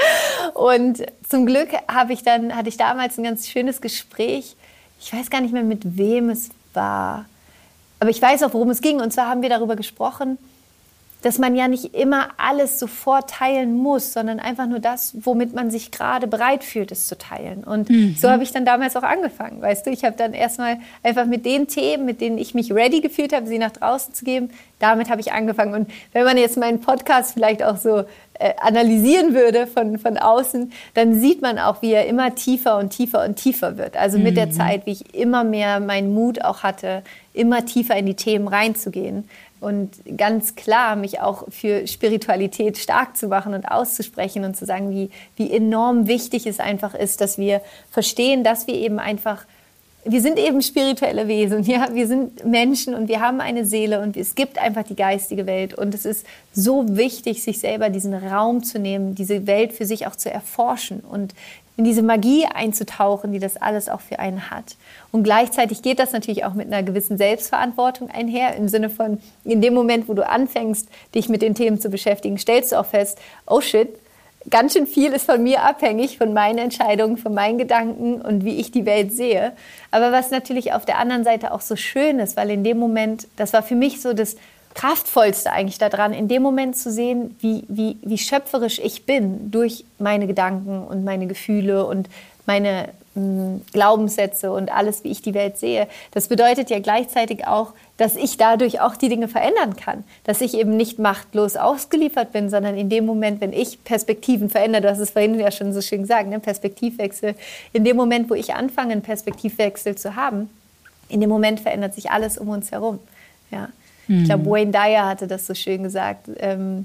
Und zum Glück habe ich dann, hatte ich damals ein ganz schönes Gespräch, ich weiß gar nicht mehr, mit wem es war, aber ich weiß auch, worum es ging. Und zwar haben wir darüber gesprochen, dass man ja nicht immer alles sofort teilen muss, sondern einfach nur das, womit man sich gerade bereit fühlt, es zu teilen. Und mhm. so habe ich dann damals auch angefangen, weißt du. Ich habe dann erstmal einfach mit den Themen, mit denen ich mich ready gefühlt habe, sie nach draußen zu geben, damit habe ich angefangen. Und wenn man jetzt meinen Podcast vielleicht auch so äh, analysieren würde von, von außen, dann sieht man auch, wie er immer tiefer und tiefer und tiefer wird. Also mit mhm. der Zeit, wie ich immer mehr meinen Mut auch hatte, immer tiefer in die Themen reinzugehen. Und ganz klar mich auch für Spiritualität stark zu machen und auszusprechen und zu sagen, wie, wie enorm wichtig es einfach ist, dass wir verstehen, dass wir eben einfach, wir sind eben spirituelle Wesen, ja, wir sind Menschen und wir haben eine Seele und es gibt einfach die geistige Welt. Und es ist so wichtig, sich selber diesen Raum zu nehmen, diese Welt für sich auch zu erforschen und in diese Magie einzutauchen, die das alles auch für einen hat. Und gleichzeitig geht das natürlich auch mit einer gewissen Selbstverantwortung einher, im Sinne von, in dem Moment, wo du anfängst, dich mit den Themen zu beschäftigen, stellst du auch fest, oh shit, ganz schön viel ist von mir abhängig, von meinen Entscheidungen, von meinen Gedanken und wie ich die Welt sehe. Aber was natürlich auf der anderen Seite auch so schön ist, weil in dem Moment, das war für mich so das Kraftvollste eigentlich daran, in dem Moment zu sehen, wie, wie, wie schöpferisch ich bin durch meine Gedanken und meine Gefühle und meine mh, Glaubenssätze und alles, wie ich die Welt sehe. Das bedeutet ja gleichzeitig auch, dass ich dadurch auch die Dinge verändern kann. Dass ich eben nicht machtlos ausgeliefert bin, sondern in dem Moment, wenn ich Perspektiven verändere, du hast es vorhin ja schon so schön gesagt, ne? Perspektivwechsel, in dem Moment, wo ich anfange, einen Perspektivwechsel zu haben, in dem Moment verändert sich alles um uns herum. Ja. Ich glaube, Wayne Dyer hatte das so schön gesagt. Um,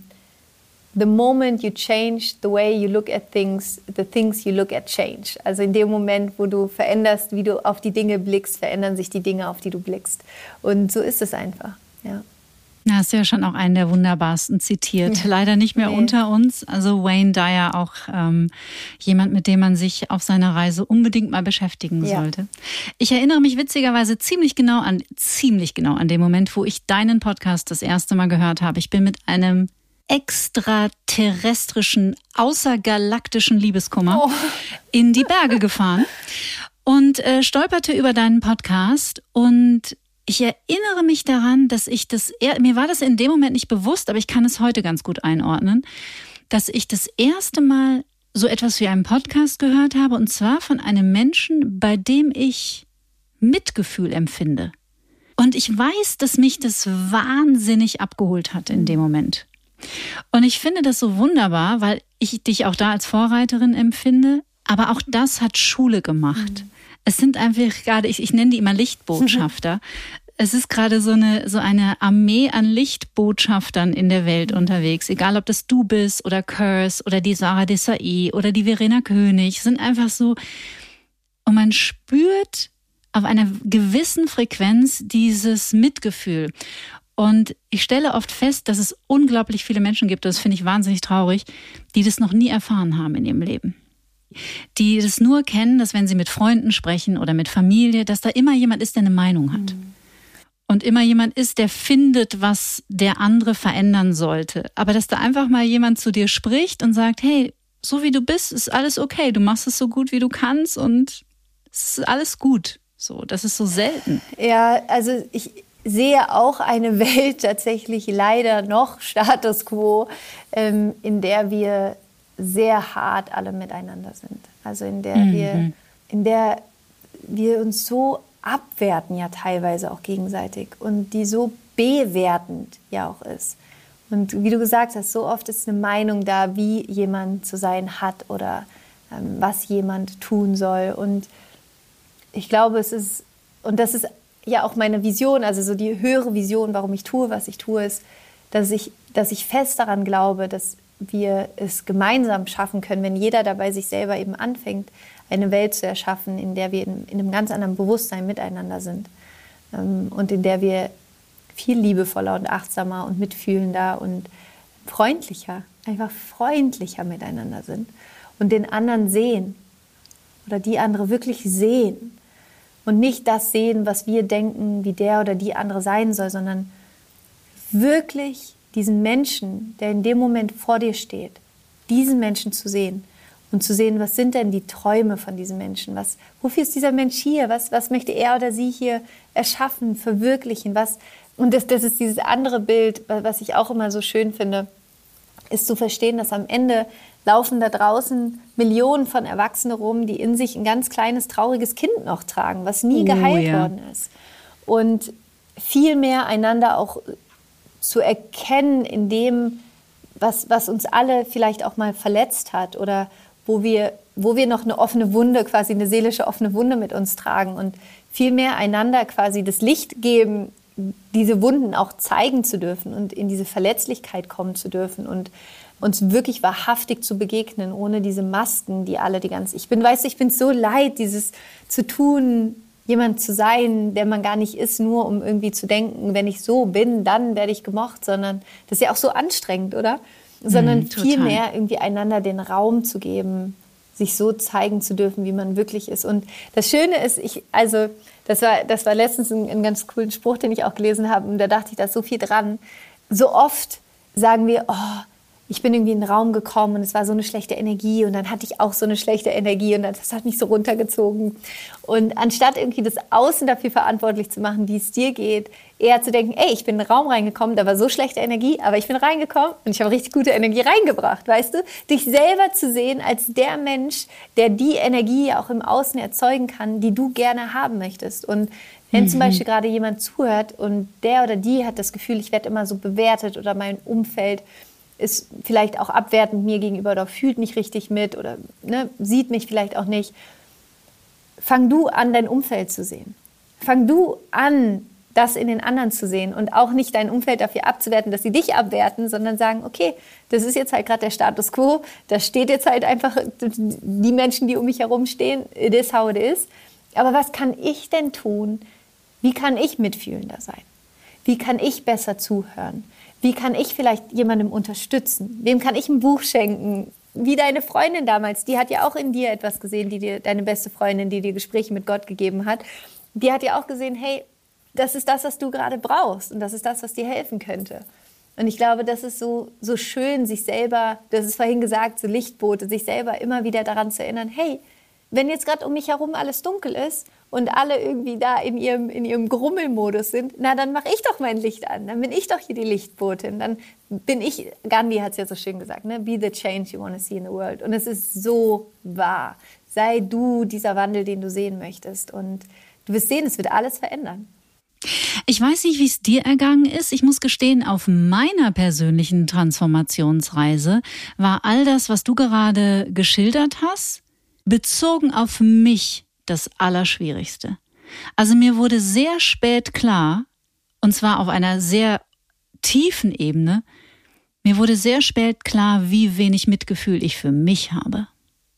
the moment you change the way you look at things, the things you look at change. Also in dem Moment, wo du veränderst, wie du auf die Dinge blickst, verändern sich die Dinge, auf die du blickst. Und so ist es einfach, ja.
Na, hast ja schon auch einen der wunderbarsten zitiert. Ja. Leider nicht mehr nee. unter uns. Also Wayne Dyer, auch ähm, jemand, mit dem man sich auf seiner Reise unbedingt mal beschäftigen ja. sollte. Ich erinnere mich witzigerweise ziemlich genau an, ziemlich genau an den Moment, wo ich deinen Podcast das erste Mal gehört habe. Ich bin mit einem extraterrestrischen, außergalaktischen Liebeskummer oh. in die Berge gefahren und äh, stolperte über deinen Podcast und ich erinnere mich daran, dass ich das, mir war das in dem Moment nicht bewusst, aber ich kann es heute ganz gut einordnen, dass ich das erste Mal so etwas wie einen Podcast gehört habe und zwar von einem Menschen, bei dem ich Mitgefühl empfinde. Und ich weiß, dass mich das wahnsinnig abgeholt hat in dem Moment. Und ich finde das so wunderbar, weil ich dich auch da als Vorreiterin empfinde. Aber auch das hat Schule gemacht. Mhm. Es sind einfach gerade, ich, ich nenne die immer Lichtbotschafter. Es ist gerade so eine, so eine Armee an Lichtbotschaftern in der Welt unterwegs. Egal, ob das du bist oder Curse oder die Sarah Desai oder die Verena König. Sind einfach so, und man spürt auf einer gewissen Frequenz dieses Mitgefühl. Und ich stelle oft fest, dass es unglaublich viele Menschen gibt, das finde ich wahnsinnig traurig, die das noch nie erfahren haben in ihrem Leben. Die das nur kennen, dass wenn sie mit Freunden sprechen oder mit Familie, dass da immer jemand ist, der eine Meinung hat. Mhm. Und immer jemand ist, der findet, was der andere verändern sollte. Aber dass da einfach mal jemand zu dir spricht und sagt, hey, so wie du bist, ist alles okay. Du machst es so gut, wie du kannst und es ist alles gut. So, das ist so selten.
Ja, also ich sehe auch eine Welt tatsächlich leider noch Status quo, ähm, in der wir sehr hart alle miteinander sind. Also in der mhm. wir, in der wir uns so abwerten ja teilweise auch gegenseitig und die so bewertend ja auch ist. Und wie du gesagt hast, so oft ist eine Meinung da, wie jemand zu sein hat oder ähm, was jemand tun soll. Und ich glaube, es ist, und das ist ja auch meine Vision, also so die höhere Vision, warum ich tue, was ich tue, ist, dass ich, dass ich fest daran glaube, dass wir es gemeinsam schaffen können, wenn jeder dabei sich selber eben anfängt, eine Welt zu erschaffen, in der wir in, in einem ganz anderen Bewusstsein miteinander sind ähm, und in der wir viel liebevoller und achtsamer und mitfühlender und freundlicher, einfach freundlicher miteinander sind und den anderen sehen oder die andere wirklich sehen und nicht das sehen, was wir denken, wie der oder die andere sein soll, sondern wirklich diesen Menschen, der in dem Moment vor dir steht, diesen Menschen zu sehen und zu sehen, was sind denn die Träume von diesem Menschen? Was, wofür ist dieser Mensch hier? Was, was möchte er oder sie hier erschaffen, verwirklichen? Was, und das, das ist dieses andere Bild, was ich auch immer so schön finde, ist zu verstehen, dass am Ende laufen da draußen Millionen von Erwachsenen rum, die in sich ein ganz kleines, trauriges Kind noch tragen, was nie oh, geheilt ja. worden ist. Und viel mehr einander auch zu erkennen in dem, was, was uns alle vielleicht auch mal verletzt hat oder wo wir, wo wir noch eine offene Wunde, quasi eine seelische offene Wunde mit uns tragen und viel mehr einander quasi das Licht geben, diese Wunden auch zeigen zu dürfen und in diese Verletzlichkeit kommen zu dürfen und uns wirklich wahrhaftig zu begegnen, ohne diese Masken, die alle die ganze... Ich bin, weißt du, ich bin so leid, dieses zu tun, jemand zu sein, der man gar nicht ist, nur um irgendwie zu denken, wenn ich so bin, dann werde ich gemocht, sondern das ist ja auch so anstrengend, oder? Sondern mm, viel mehr irgendwie einander den Raum zu geben, sich so zeigen zu dürfen, wie man wirklich ist. Und das Schöne ist, ich, also das war, das war letztens ein, ein ganz cooler Spruch, den ich auch gelesen habe, und da dachte ich, da ist so viel dran. So oft sagen wir, oh, ich bin irgendwie in den Raum gekommen und es war so eine schlechte Energie und dann hatte ich auch so eine schlechte Energie und das hat mich so runtergezogen. Und anstatt irgendwie das Außen dafür verantwortlich zu machen, wie es dir geht, eher zu denken, ey, ich bin in den Raum reingekommen, da war so schlechte Energie, aber ich bin reingekommen und ich habe richtig gute Energie reingebracht, weißt du? Dich selber zu sehen als der Mensch, der die Energie auch im Außen erzeugen kann, die du gerne haben möchtest. Und wenn mhm. zum Beispiel gerade jemand zuhört und der oder die hat das Gefühl, ich werde immer so bewertet oder mein Umfeld ist vielleicht auch abwertend mir gegenüber oder fühlt nicht richtig mit oder ne, sieht mich vielleicht auch nicht. Fang du an, dein Umfeld zu sehen. Fang du an, das in den anderen zu sehen und auch nicht dein Umfeld dafür abzuwerten, dass sie dich abwerten, sondern sagen, okay, das ist jetzt halt gerade der Status quo, da steht jetzt halt einfach die Menschen, die um mich herum stehen, it is how it is. Aber was kann ich denn tun? Wie kann ich mitfühlender sein? Wie kann ich besser zuhören? Wie kann ich vielleicht jemandem unterstützen? Wem kann ich ein Buch schenken? Wie deine Freundin damals, die hat ja auch in dir etwas gesehen, die dir, deine beste Freundin, die dir Gespräche mit Gott gegeben hat. Die hat ja auch gesehen, hey, das ist das, was du gerade brauchst und das ist das, was dir helfen könnte. Und ich glaube, das ist so, so schön, sich selber, das ist vorhin gesagt, so Lichtboote, sich selber immer wieder daran zu erinnern, hey, wenn jetzt gerade um mich herum alles dunkel ist und alle irgendwie da in ihrem, in ihrem Grummelmodus sind, na, dann mache ich doch mein Licht an. Dann bin ich doch hier die Lichtbotin. Dann bin ich, Gandhi hat es ja so schön gesagt, ne? Be the change you want to see in the world. Und es ist so wahr. Sei du dieser Wandel, den du sehen möchtest. Und du wirst sehen, es wird alles verändern.
Ich weiß nicht, wie es dir ergangen ist. Ich muss gestehen, auf meiner persönlichen Transformationsreise war all das, was du gerade geschildert hast, bezogen auf mich das Allerschwierigste. Also mir wurde sehr spät klar, und zwar auf einer sehr tiefen Ebene, mir wurde sehr spät klar, wie wenig Mitgefühl ich für mich habe.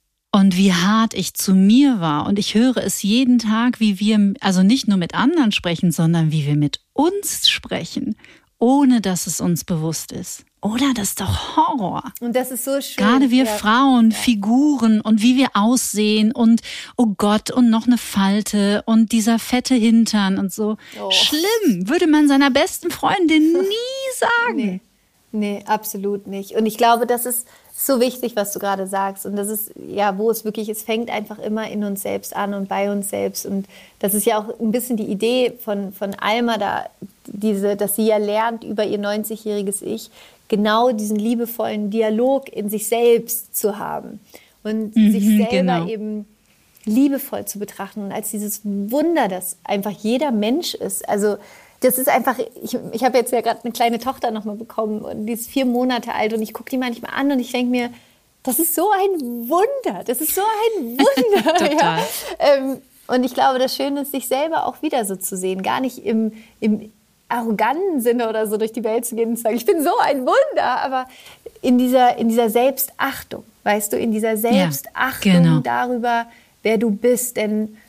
Und wie hart ich zu mir war. Und ich höre es jeden Tag, wie wir, also nicht nur mit anderen sprechen, sondern wie wir mit uns sprechen, ohne dass es uns bewusst ist. Oder? Das ist doch Horror.
Und das ist so schön.
Gerade wir
ja.
Frauen,
ja.
Figuren und wie wir aussehen und oh Gott und noch eine Falte und dieser fette Hintern und so.
Oh.
Schlimm, würde man seiner besten Freundin nie sagen.
Nee. Nee, absolut nicht. Und ich glaube, das ist so wichtig, was du gerade sagst. Und das ist, ja, wo es wirklich, es fängt einfach immer in uns selbst an und bei uns selbst. Und das ist ja auch ein bisschen die Idee von, von Alma, da, diese, dass sie ja lernt, über ihr neunzigjähriges Ich genau diesen liebevollen Dialog in sich selbst zu haben. Und
Mhm,
sich selber
genau.
eben liebevoll zu betrachten und als dieses Wunder, das einfach jeder Mensch ist. Also das ist einfach, ich, ich habe jetzt ja gerade eine kleine Tochter nochmal bekommen und die ist vier Monate alt und ich gucke die manchmal an und ich denke mir, das ist so ein Wunder, das ist so ein Wunder.
Total.
Ja. Ähm, und ich glaube, das Schöne ist, sich selber auch wieder so zu sehen, gar nicht im, im arroganten Sinne oder so durch die Welt zu gehen und zu sagen, ich bin so ein Wunder, aber in dieser, in dieser Selbstachtung, weißt du, in dieser Selbstachtung
ja, genau.
darüber, wer du bist, denn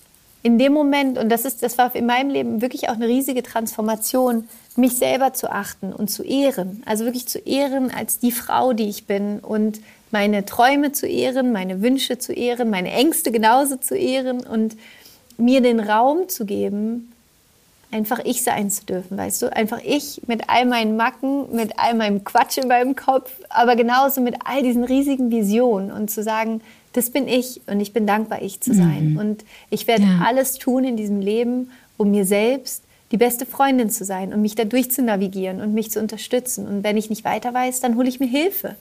in dem Moment, und das ist, das war in meinem Leben wirklich auch eine riesige Transformation, mich selber zu achten und zu ehren. Also wirklich zu ehren als die Frau, die ich bin und meine Träume zu ehren, meine Wünsche zu ehren, meine Ängste genauso zu ehren und mir den Raum zu geben, einfach ich sein zu dürfen, weißt du? Einfach ich mit all meinen Macken, mit all meinem Quatsch in meinem Kopf, aber genauso mit all diesen riesigen Visionen und zu sagen, das bin ich und ich bin dankbar, ich zu sein. Mhm. Und ich werde ja. alles tun in diesem Leben, um mir selbst die beste Freundin zu sein und mich da durch zu navigieren und mich zu unterstützen. Und wenn ich nicht weiter weiß, dann hole ich mir Hilfe.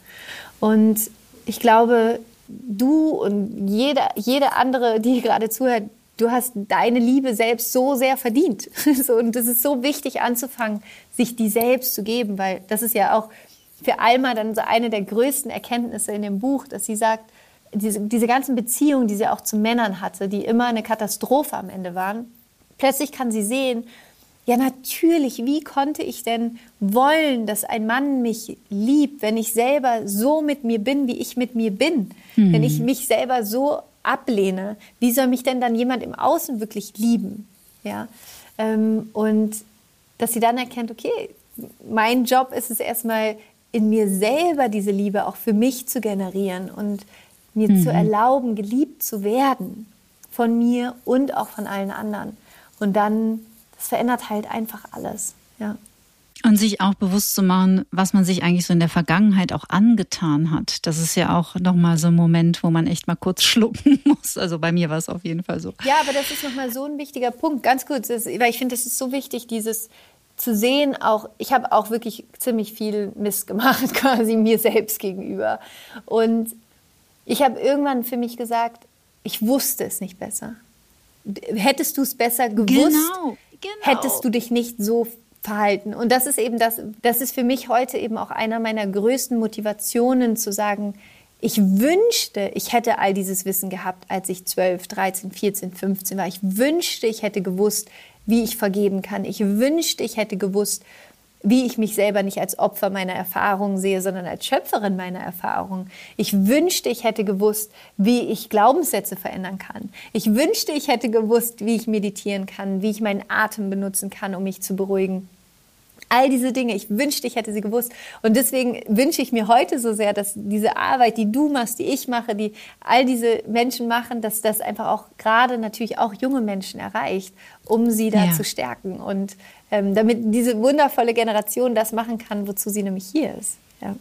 Und ich glaube, du und jede, jede andere, die gerade zuhört, du hast deine Liebe selbst so sehr verdient. Und es ist so wichtig anzufangen, sich die selbst zu geben, weil das ist ja auch für Alma dann so eine der größten Erkenntnisse in dem Buch, dass sie sagt, Diese, diese ganzen Beziehungen, die sie auch zu Männern hatte, die immer eine Katastrophe am Ende waren, plötzlich kann sie sehen, ja natürlich, wie konnte ich denn wollen, dass ein Mann mich liebt, wenn ich selber so mit mir bin, wie ich mit mir bin? Mhm. Wenn ich mich selber so ablehne, wie soll mich denn dann jemand im Außen wirklich lieben? Ja? Ähm, und dass sie dann erkennt, okay, mein Job ist es erstmal, in mir selber diese Liebe auch für mich zu generieren und mir mhm. zu erlauben, geliebt zu werden von mir und auch von allen anderen. Und dann, das verändert halt einfach alles. Ja.
Und sich auch bewusst zu machen, was man sich eigentlich so in der Vergangenheit auch angetan hat. Das ist ja auch nochmal so ein Moment, wo man echt mal kurz schlucken muss. Also bei mir war es auf jeden Fall so.
Ja, aber das ist nochmal so ein wichtiger Punkt. Ganz kurz, das, weil ich finde, das ist so wichtig, dieses zu sehen, auch ich habe auch wirklich ziemlich viel Mist gemacht, quasi mir selbst gegenüber. Und ich habe irgendwann für mich gesagt, ich wusste es nicht besser. Hättest du es besser gewusst,
genau, genau.
hättest du dich nicht so verhalten. Und das ist eben das, das ist für mich heute eben auch einer meiner größten Motivationen, zu sagen, ich wünschte, ich hätte all dieses Wissen gehabt, als ich zwölf, dreizehn, vierzehn, fünfzehn war. Ich wünschte, ich hätte gewusst, wie ich vergeben kann. Ich wünschte, ich hätte gewusst, wie ich mich selber nicht als Opfer meiner Erfahrungen sehe, sondern als Schöpferin meiner Erfahrungen. Ich wünschte, ich hätte gewusst, wie ich Glaubenssätze verändern kann. Ich wünschte, ich hätte gewusst, wie ich meditieren kann, wie ich meinen Atem benutzen kann, um mich zu beruhigen. All diese Dinge, ich wünschte, ich hätte sie gewusst. Und deswegen wünsche ich mir heute so sehr, dass diese Arbeit, die du machst, die ich mache, die all diese Menschen machen, dass das einfach auch gerade natürlich auch junge Menschen erreicht, um sie da ja. zu stärken. Und ähm, damit diese wundervolle Generation das machen kann, wozu sie nämlich hier ist. Ja.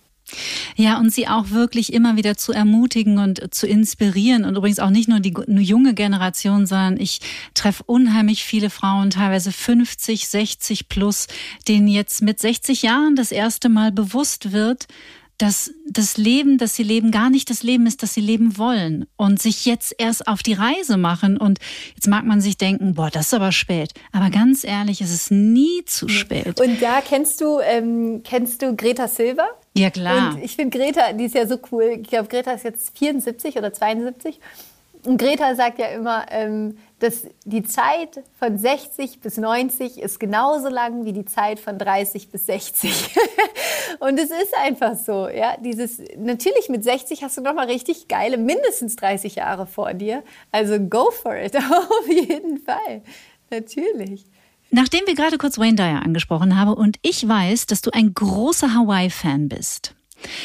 Ja, und sie auch wirklich immer wieder zu ermutigen und zu inspirieren. Und übrigens auch nicht nur die nur junge Generation, sondern ich treffe unheimlich viele Frauen, teilweise fünfzig, sechzig plus, denen jetzt mit sechzig Jahren das erste Mal bewusst wird, dass das Leben, das sie leben, gar nicht das Leben ist, das sie leben wollen und sich jetzt erst auf die Reise machen. Und jetzt mag man sich denken, boah, das ist aber spät. Aber ganz ehrlich, es ist nie zu spät.
Und da kennst du, ähm, kennst du Greta Silber?
Ja, klar.
Und ich finde Greta, die ist ja so cool. Ich glaube, Greta ist jetzt vierundsiebzig oder zweiundsiebzig. Und Greta sagt ja immer, ähm, dass die Zeit von sechzig bis neunzig ist genauso lang wie die Zeit von dreißig bis sechzig. Und es ist einfach so. Ja? Dieses, natürlich mit sechzig hast du noch mal richtig geile, mindestens dreißig Jahre vor dir. Also go for it, auf jeden Fall. Natürlich.
Nachdem wir gerade kurz Wayne Dyer angesprochen haben und ich weiß, dass du ein großer Hawaii-Fan bist.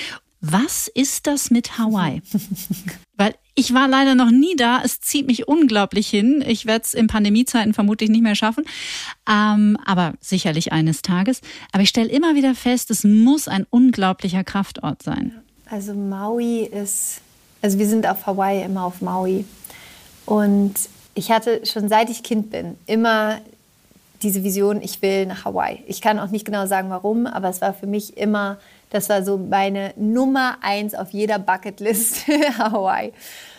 Was ist das mit Hawaii? Weil ich war leider noch nie da. Es zieht mich unglaublich hin. Ich werde es in Pandemiezeiten vermutlich nicht mehr schaffen. Ähm, aber sicherlich eines Tages. Aber ich stelle immer wieder fest, es muss ein unglaublicher Kraftort sein.
Also Maui ist, also wir sind auf Hawaii, immer auf Maui. Und ich hatte schon seit ich Kind bin immer diese Vision, ich will nach Hawaii. Ich kann auch nicht genau sagen, warum, aber es war für mich immer, das war so meine Nummer eins auf jeder Bucketlist, Hawaii.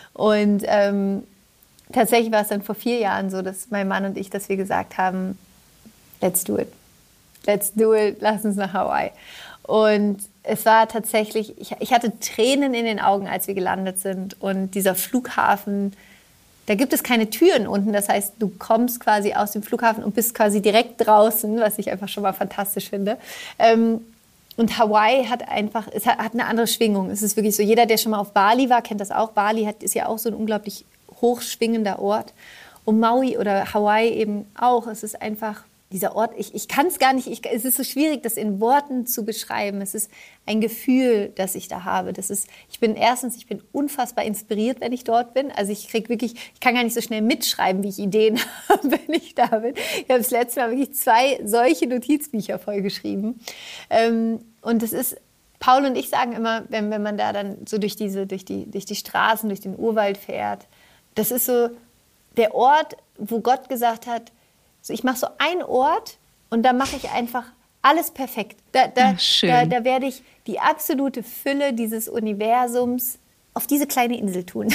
Und ähm, tatsächlich war es dann vor vier Jahren so, dass mein Mann und ich, dass wir gesagt haben, let's do it. Let's do it, lass uns nach Hawaii. Und es war tatsächlich, ich, ich hatte Tränen in den Augen, als wir gelandet sind. Und dieser Flughafen, da gibt es keine Türen unten. Das heißt, du kommst quasi aus dem Flughafen und bist quasi direkt draußen, was ich einfach schon mal fantastisch finde. Ähm, Und Hawaii hat einfach, es hat, hat eine andere Schwingung. Es ist wirklich so, jeder, der schon mal auf Bali war, kennt das auch. Bali hat, ist ja auch so ein unglaublich hochschwingender Ort. Und Maui oder Hawaii eben auch. Es ist einfach dieser Ort, ich, ich kann es gar nicht, ich, es ist so schwierig, das in Worten zu beschreiben. Es ist ein Gefühl, das ich da habe. Das ist, ich bin erstens, ich bin unfassbar inspiriert, wenn ich dort bin. Also ich krieg wirklich, ich kann gar nicht so schnell mitschreiben, wie ich Ideen habe, wenn ich da bin. Ich habe das letzte Mal wirklich zwei solche Notizbücher vollgeschrieben. Ähm, und es ist, Paul und ich sagen immer, wenn, wenn man da dann so durch diese, durch die, durch die Straßen, durch den Urwald fährt, das ist so der Ort, wo Gott gesagt hat, so, ich mache so einen Ort und da mache ich einfach alles perfekt. Da, da, da, da werde ich die absolute Fülle dieses Universums auf diese kleine Insel tun.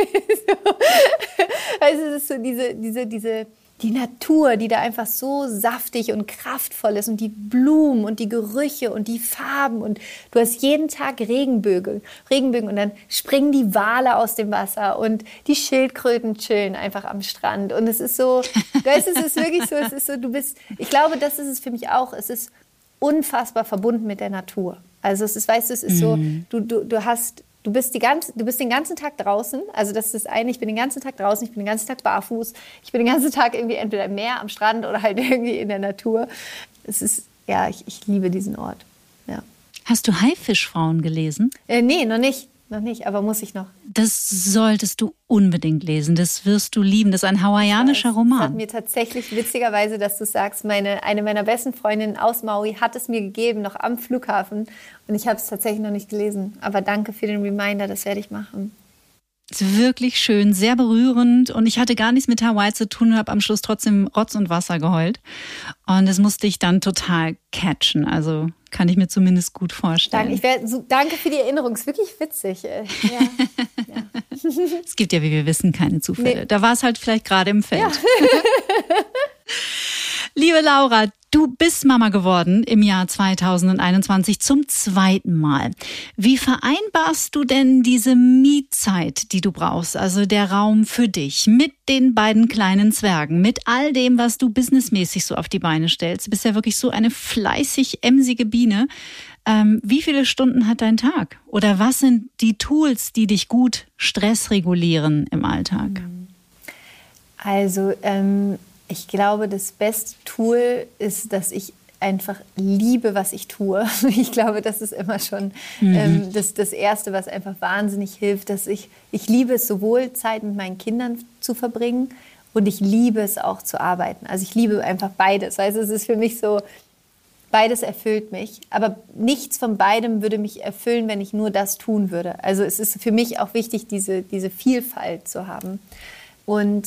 so. Also es ist so diese, diese, diese, die Natur, die da einfach so saftig und kraftvoll ist und die Blumen und die Gerüche und die Farben und du hast jeden Tag Regenbögen, Regenbögen und dann springen die Wale aus dem Wasser und die Schildkröten chillen einfach am Strand und es ist so, es ist wirklich so, es ist so, du bist, ich glaube, das ist es für mich auch, es ist unfassbar verbunden mit der Natur. Also es ist, weißt du, es ist so, du, du, du hast Du bist, die ganze, du bist den ganzen Tag draußen, also das ist das eine, ich bin den ganzen Tag draußen, ich bin den ganzen Tag barfuß, ich bin den ganzen Tag irgendwie entweder im Meer, am Strand oder halt irgendwie in der Natur. Es ist, ja, ich, ich liebe diesen Ort, ja.
Hast du Haifischfrauen gelesen?
Äh, nee, noch nicht, noch nicht, aber muss ich noch.
Das solltest du unbedingt lesen, das wirst du lieben, das ist ein hawaiianischer Roman.
Das hat mir tatsächlich, witzigerweise, dass du sagst, meine, eine meiner besten Freundinnen aus Maui hat es mir gegeben, noch am Flughafen. Und ich habe es tatsächlich noch nicht gelesen. Aber danke für den Reminder, das werde ich machen.
Es ist wirklich schön, sehr berührend. Und ich hatte gar nichts mit Hawaii zu tun und habe am Schluss trotzdem Rotz und Wasser geheult. Und das musste ich dann total catchen. Also kann ich mir zumindest gut vorstellen.
Danke, ich wär, so, danke für die Erinnerung. Es ist wirklich witzig. Ja. Ja.
Es gibt ja, wie wir wissen, keine Zufälle. Nee. Da war es halt vielleicht gerade im Feld. Ja. Liebe Laura, du bist Mama geworden im Jahr zweitausendeinundzwanzig zum zweiten Mal. Wie vereinbarst du denn diese Me-Zeit, die du brauchst, also der Raum für dich, mit den beiden kleinen Zwergen, mit all dem, was du businessmäßig so auf die Beine stellst? Du bist ja wirklich so eine fleißig emsige Biene. Ähm, wie viele Stunden hat dein Tag? Oder was sind die Tools, die dich gut stressregulieren im Alltag?
Also, ähm ich glaube, das beste Tool ist, dass ich einfach liebe, was ich tue. Ich glaube, das ist immer schon mhm. ähm, das, das Erste, was einfach wahnsinnig hilft. Dass ich, ich liebe es, sowohl Zeit mit meinen Kindern zu verbringen und ich liebe es auch zu arbeiten. Also ich liebe einfach beides. Also es ist für mich so, beides erfüllt mich. Aber nichts von beidem würde mich erfüllen, wenn ich nur das tun würde. Also es ist für mich auch wichtig, diese, diese Vielfalt zu haben. Und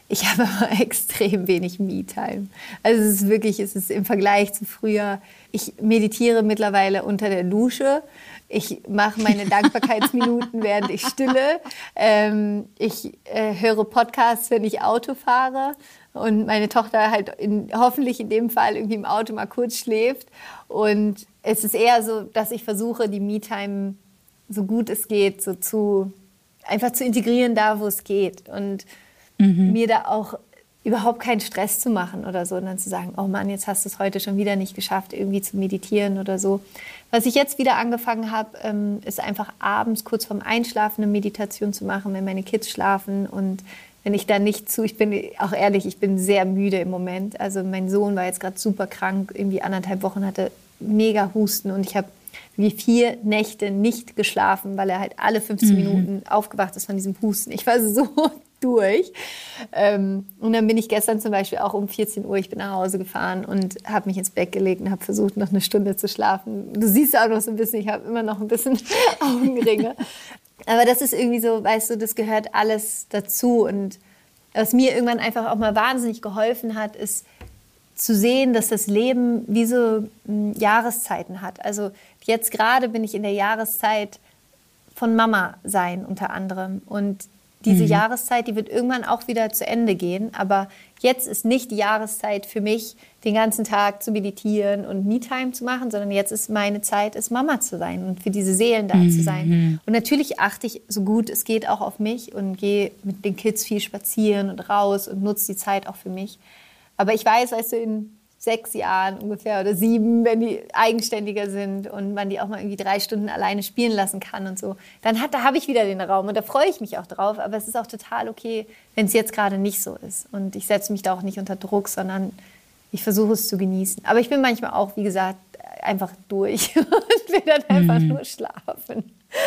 ich habe aber extrem wenig Me-Time. Also es ist wirklich, es ist im Vergleich zu früher, ich meditiere mittlerweile unter der Dusche. Ich mache meine Dankbarkeitsminuten, während ich stille. Ähm, ich äh, höre Podcasts, wenn ich Auto fahre. Und meine Tochter halt in, hoffentlich in dem Fall irgendwie im Auto mal kurz schläft. Und es ist eher so, dass ich versuche, die Me-Time so gut es geht, so zu, einfach zu integrieren da, wo es geht. Und mhm. mir da auch überhaupt keinen Stress zu machen oder so. Und dann zu sagen, oh Mann, jetzt hast du es heute schon wieder nicht geschafft, irgendwie zu meditieren oder so. Was ich jetzt wieder angefangen habe, ähm, ist einfach abends kurz vorm Einschlafen eine Meditation zu machen, wenn meine Kids schlafen. Und wenn ich da nicht zu, ich bin auch ehrlich, ich bin sehr müde im Moment. Also mein Sohn war jetzt gerade super krank, irgendwie anderthalb Wochen, hatte mega Husten und ich habe wie vier Nächte nicht geschlafen, weil er halt alle fünfzehn mhm. Minuten aufgewacht ist von diesem Husten. Ich war so durch. Ähm, und dann bin ich gestern zum Beispiel auch um vierzehn Uhr, ich bin nach Hause gefahren und habe mich ins Bett gelegt und habe versucht, noch eine Stunde zu schlafen. Du siehst auch noch so ein bisschen, ich habe immer noch ein bisschen Augenringe. Aber das ist irgendwie so, weißt du, das gehört alles dazu. Und was mir irgendwann einfach auch mal wahnsinnig geholfen hat, ist zu sehen, dass das Leben wie so m, Jahreszeiten hat. Also jetzt gerade bin ich in der Jahreszeit von Mama sein unter anderem. Und diese mhm. Jahreszeit, die wird irgendwann auch wieder zu Ende gehen. Aber jetzt ist nicht die Jahreszeit für mich, den ganzen Tag zu meditieren und Me-Time zu machen, sondern jetzt ist meine Zeit, es Mama zu sein und für diese Seelen da mhm. zu sein. Und natürlich achte ich so gut es geht auch auf mich und gehe mit den Kids viel spazieren und raus und nutze die Zeit auch für mich. Aber ich weiß, weißt du, in sechs Jahren ungefähr oder sieben, wenn die eigenständiger sind und man die auch mal irgendwie drei Stunden alleine spielen lassen kann und so, dann hat, da habe ich wieder den Raum und da freue ich mich auch drauf. Aber es ist auch total okay, wenn es jetzt gerade nicht so ist. Und ich setze mich da auch nicht unter Druck, sondern ich versuche es zu genießen. Aber ich bin manchmal auch, wie gesagt, einfach durch und will dann einfach mhm. nur schlafen.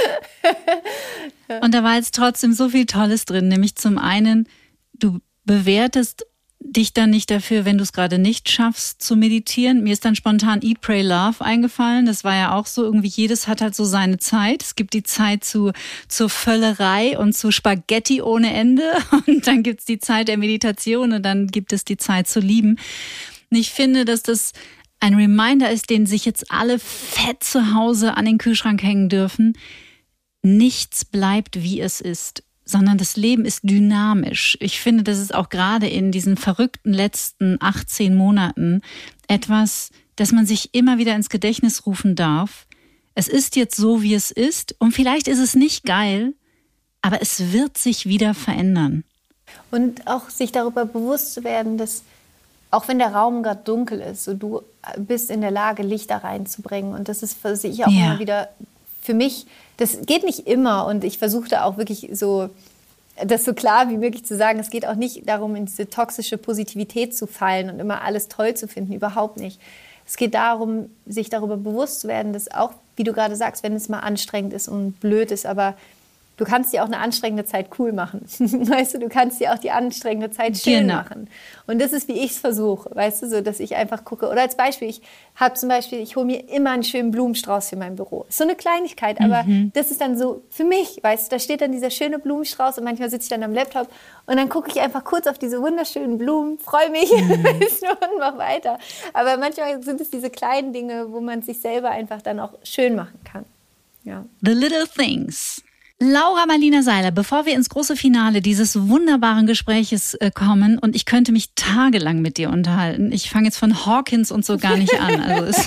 Und da war jetzt trotzdem so viel Tolles drin, nämlich zum einen, du bewertest dich dann nicht dafür, wenn du es gerade nicht schaffst zu meditieren. Mir ist dann spontan Eat, Pray, Love eingefallen. Das war ja auch so, irgendwie jedes hat halt so seine Zeit. Es gibt die Zeit zu, zur Völlerei und zu Spaghetti ohne Ende. Und dann gibt es die Zeit der Meditation und dann gibt es die Zeit zu lieben. Und ich finde, dass das ein Reminder ist, den sich jetzt alle fett zu Hause an den Kühlschrank hängen dürfen. Nichts bleibt, wie es ist, sondern das Leben ist dynamisch. Ich finde, das ist auch gerade in diesen verrückten letzten achtzehn Monaten etwas, das man sich immer wieder ins Gedächtnis rufen darf. Es ist jetzt so, wie es ist und vielleicht ist es nicht geil, aber es wird sich wieder verändern.
Und auch sich darüber bewusst zu werden, dass auch wenn der Raum gerade dunkel ist, so du bist in der Lage, Lichter reinzubringen. Und das ist für sich auch ja. immer wieder für mich, das geht nicht immer und ich versuche da auch wirklich so, das so klar wie möglich zu sagen, es geht auch nicht darum, in diese toxische Positivität zu fallen und immer alles toll zu finden, überhaupt nicht. Es geht darum, sich darüber bewusst zu werden, dass auch, wie du gerade sagst, wenn es mal anstrengend ist und blöd ist, aber du kannst dir auch eine anstrengende Zeit cool machen. Weißt du, du kannst dir auch die anstrengende Zeit schön genau. machen. Und das ist, wie ich es versuche, weißt du, so, dass ich einfach gucke. Oder als Beispiel, ich habe zum Beispiel, ich hole mir immer einen schönen Blumenstrauß für mein Büro. Ist so eine Kleinigkeit, aber mhm. das ist dann so für mich, weißt du, da steht dann dieser schöne Blumenstrauß und manchmal sitze ich dann am Laptop und dann gucke ich einfach kurz auf diese wunderschönen Blumen, freue mich mhm. weißt du, und mach weiter. Aber manchmal sind es diese kleinen Dinge, wo man sich selber einfach dann auch schön machen kann. Ja.
The little things. Laura Marlina Seiler, bevor wir ins große Finale dieses wunderbaren Gespräches äh, kommen, und ich könnte mich tagelang mit dir unterhalten. Ich fange jetzt von Hawkins und so gar nicht an. Also es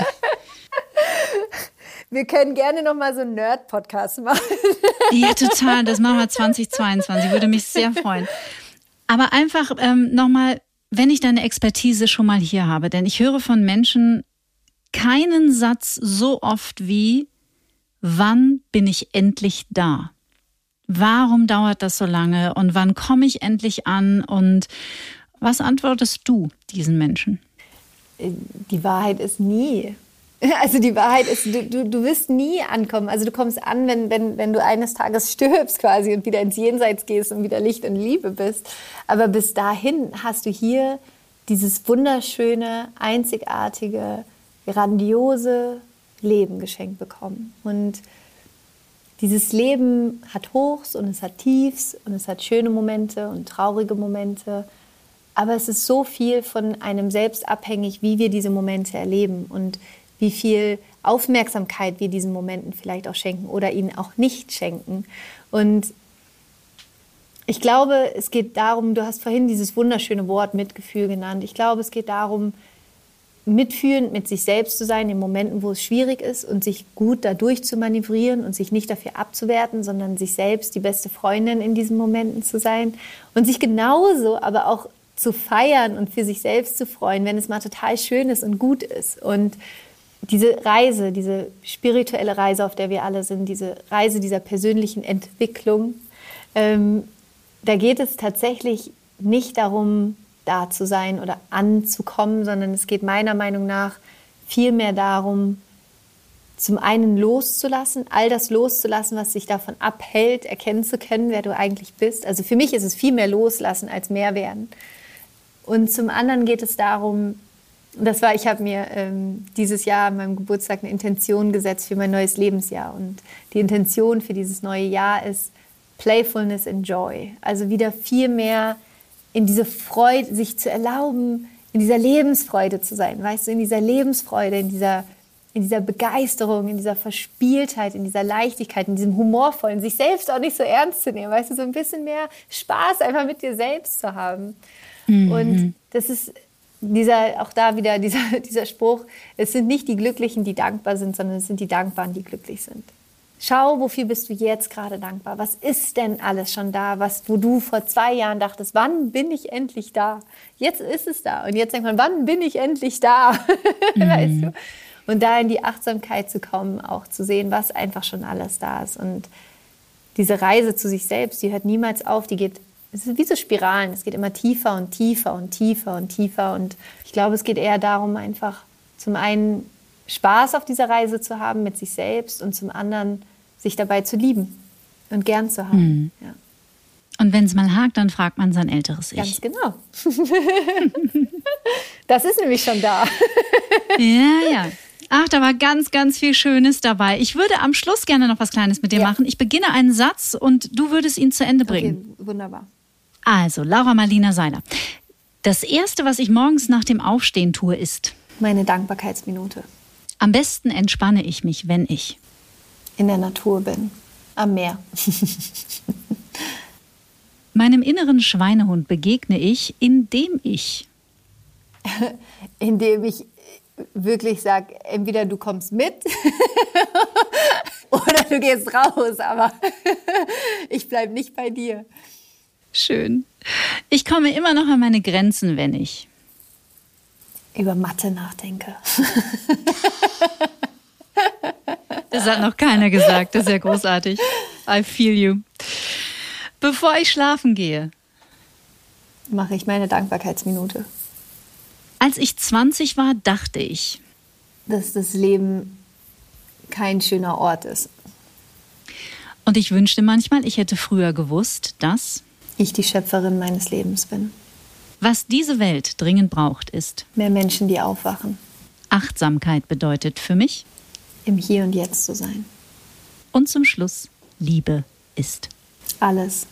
wir können gerne noch mal so einen Nerd-Podcast machen.
Ja, total. Das machen wir zwanzig zweiundzwanzig. Würde mich sehr freuen. Aber einfach ähm, noch mal, wenn ich deine Expertise schon mal hier habe, denn ich höre von Menschen keinen Satz so oft wie: Wann bin ich endlich da? Warum dauert das so lange? Und wann komme ich endlich an? Und was antwortest du diesen Menschen?
Die Wahrheit ist nie. Also die Wahrheit ist, du, du, du wirst nie ankommen. Also du kommst an, wenn, wenn, wenn du eines Tages stirbst quasi und wieder ins Jenseits gehst und wieder Licht und Liebe bist. Aber bis dahin hast du hier dieses wunderschöne, einzigartige, grandiose Leben geschenkt bekommen. Und dieses Leben hat Hochs und es hat Tiefs und es hat schöne Momente und traurige Momente. Aber es ist so viel von einem selbst abhängig, wie wir diese Momente erleben und wie viel Aufmerksamkeit wir diesen Momenten vielleicht auch schenken oder ihnen auch nicht schenken. Und ich glaube, es geht darum, du hast vorhin dieses wunderschöne Wort Mitgefühl genannt. Ich glaube, es geht darum, mitfühlend mit sich selbst zu sein in Momenten, wo es schwierig ist und sich gut dadurch zu manövrieren und sich nicht dafür abzuwerten, sondern sich selbst die beste Freundin in diesen Momenten zu sein und sich genauso aber auch zu feiern und für sich selbst zu freuen, wenn es mal total schön ist und gut ist. Und diese Reise, diese spirituelle Reise, auf der wir alle sind, diese Reise dieser persönlichen Entwicklung, ähm, da geht es tatsächlich nicht darum, da zu sein oder anzukommen, sondern es geht meiner Meinung nach vielmehr darum, zum einen loszulassen, all das loszulassen, was sich davon abhält, erkennen zu können, wer du eigentlich bist. Also für mich ist es viel mehr loslassen als mehr werden. Und zum anderen geht es darum, das war, ich habe mir ähm, dieses Jahr an meinem Geburtstag eine Intention gesetzt für mein neues Lebensjahr. Und die Intention für dieses neue Jahr ist Playfulness and Joy. Also wieder viel mehr in diese Freude, sich zu erlauben, in dieser Lebensfreude zu sein. Weißt du, in dieser Lebensfreude, in dieser, in dieser Begeisterung, in dieser Verspieltheit, in dieser Leichtigkeit, in diesem Humorvollen, sich selbst auch nicht so ernst zu nehmen. Weißt du, so ein bisschen mehr Spaß einfach mit dir selbst zu haben. Mhm. Und das ist dieser, auch da wieder dieser, dieser Spruch, es sind nicht die Glücklichen, die dankbar sind, sondern es sind die Dankbaren, die glücklich sind. Schau, wofür bist du jetzt gerade dankbar? Was ist denn alles schon da, was, wo du vor zwei Jahren dachtest, wann bin ich endlich da? Jetzt ist es da. Und jetzt denkt man, wann bin ich endlich da? Mhm. Weißt du? Und da in die Achtsamkeit zu kommen, auch zu sehen, was einfach schon alles da ist. Und diese Reise zu sich selbst, die hört niemals auf, die geht, es ist wie so Spiralen, es geht immer tiefer und tiefer und tiefer und tiefer. Und ich glaube, es geht eher darum, einfach zum einen Spaß auf dieser Reise zu haben mit sich selbst und zum anderen sich dabei zu lieben und gern zu haben. Mhm. Ja.
Und wenn es mal hakt, dann fragt man sein älteres Ich.
Ganz genau. Das ist nämlich schon da.
Ja, ja. Ach, da war ganz, ganz viel Schönes dabei. Ich würde am Schluss gerne noch was Kleines mit dir ja. machen. Ich beginne einen Satz und du würdest ihn zu Ende bringen.
Okay, wunderbar.
Also, Laura Marlina Seiler. Das Erste, was ich morgens nach dem Aufstehen tue, ist?
Meine Dankbarkeitsminute.
Am besten entspanne ich mich, wenn ich?
In der Natur bin. Am Meer.
Meinem inneren Schweinehund begegne ich, indem ich?
Indem ich wirklich sage, entweder du kommst mit oder du gehst raus, aber ich bleibe nicht bei dir.
Schön. Ich komme immer noch an meine Grenzen, wenn ich?
Über Mathe nachdenke.
Das hat noch keiner gesagt. Das ist ja großartig. I feel you. Bevor ich schlafen gehe,
mache ich meine Dankbarkeitsminute.
Als ich zwanzig war, dachte ich,
dass das Leben kein schöner Ort ist.
Und ich wünschte manchmal, ich hätte früher gewusst, dass
ich die Schöpferin meines Lebens bin.
Was diese Welt dringend braucht, ist
mehr Menschen, die aufwachen.
Achtsamkeit bedeutet für mich,
im Hier und Jetzt zu sein.
Und zum Schluss, Liebe ist
alles.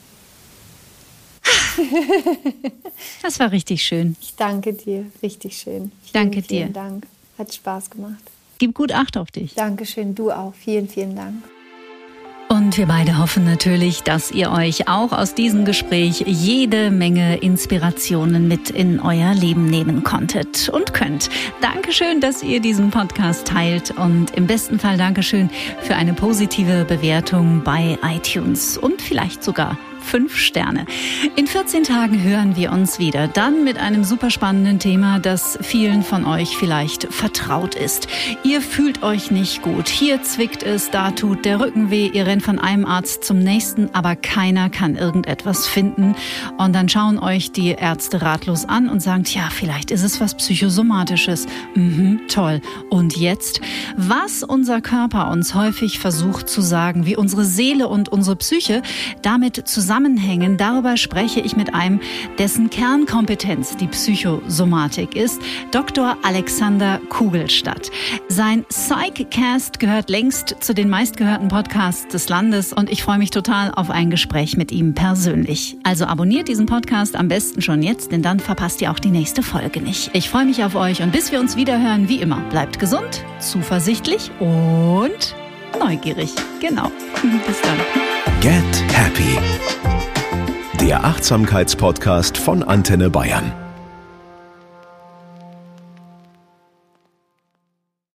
Das war richtig schön.
Ich danke dir, richtig schön.
Vielen, danke dir.
Vielen Dank. Hat Spaß gemacht.
Gib gut Acht auf dich.
Dankeschön, du auch. Vielen, vielen Dank.
Und wir beide hoffen natürlich, dass ihr euch auch aus diesem Gespräch jede Menge Inspirationen mit in euer Leben nehmen konntet und könnt. Dankeschön, dass ihr diesen Podcast teilt und im besten Fall Dankeschön für eine positive Bewertung bei iTunes und vielleicht sogar fünf Sterne. In vierzehn Tagen hören wir uns wieder. Dann mit einem super spannenden Thema, das vielen von euch vielleicht vertraut ist. Ihr fühlt euch nicht gut. Hier zwickt es, da tut der Rücken weh. Ihr rennt von einem Arzt zum nächsten, aber keiner kann irgendetwas finden. Und dann schauen euch die Ärzte ratlos an und sagen, tja, vielleicht ist es was Psychosomatisches. Mhm, toll. Und jetzt? Was unser Körper uns häufig versucht zu sagen, wie unsere Seele und unsere Psyche damit zusammen Zusammenhängen, darüber spreche ich mit einem, dessen Kernkompetenz die Psychosomatik ist, Doktor Alexander Kugelstadt. Sein Psychcast gehört längst zu den meistgehörten Podcasts des Landes und ich freue mich total auf ein Gespräch mit ihm persönlich. Also abonniert diesen Podcast am besten schon jetzt, denn dann verpasst ihr auch die nächste Folge nicht. Ich freue mich auf euch und bis wir uns wieder hören, wie immer, bleibt gesund, zuversichtlich und neugierig. Genau. Bis dann.
Get Happy. Der Achtsamkeitspodcast von Antenne Bayern.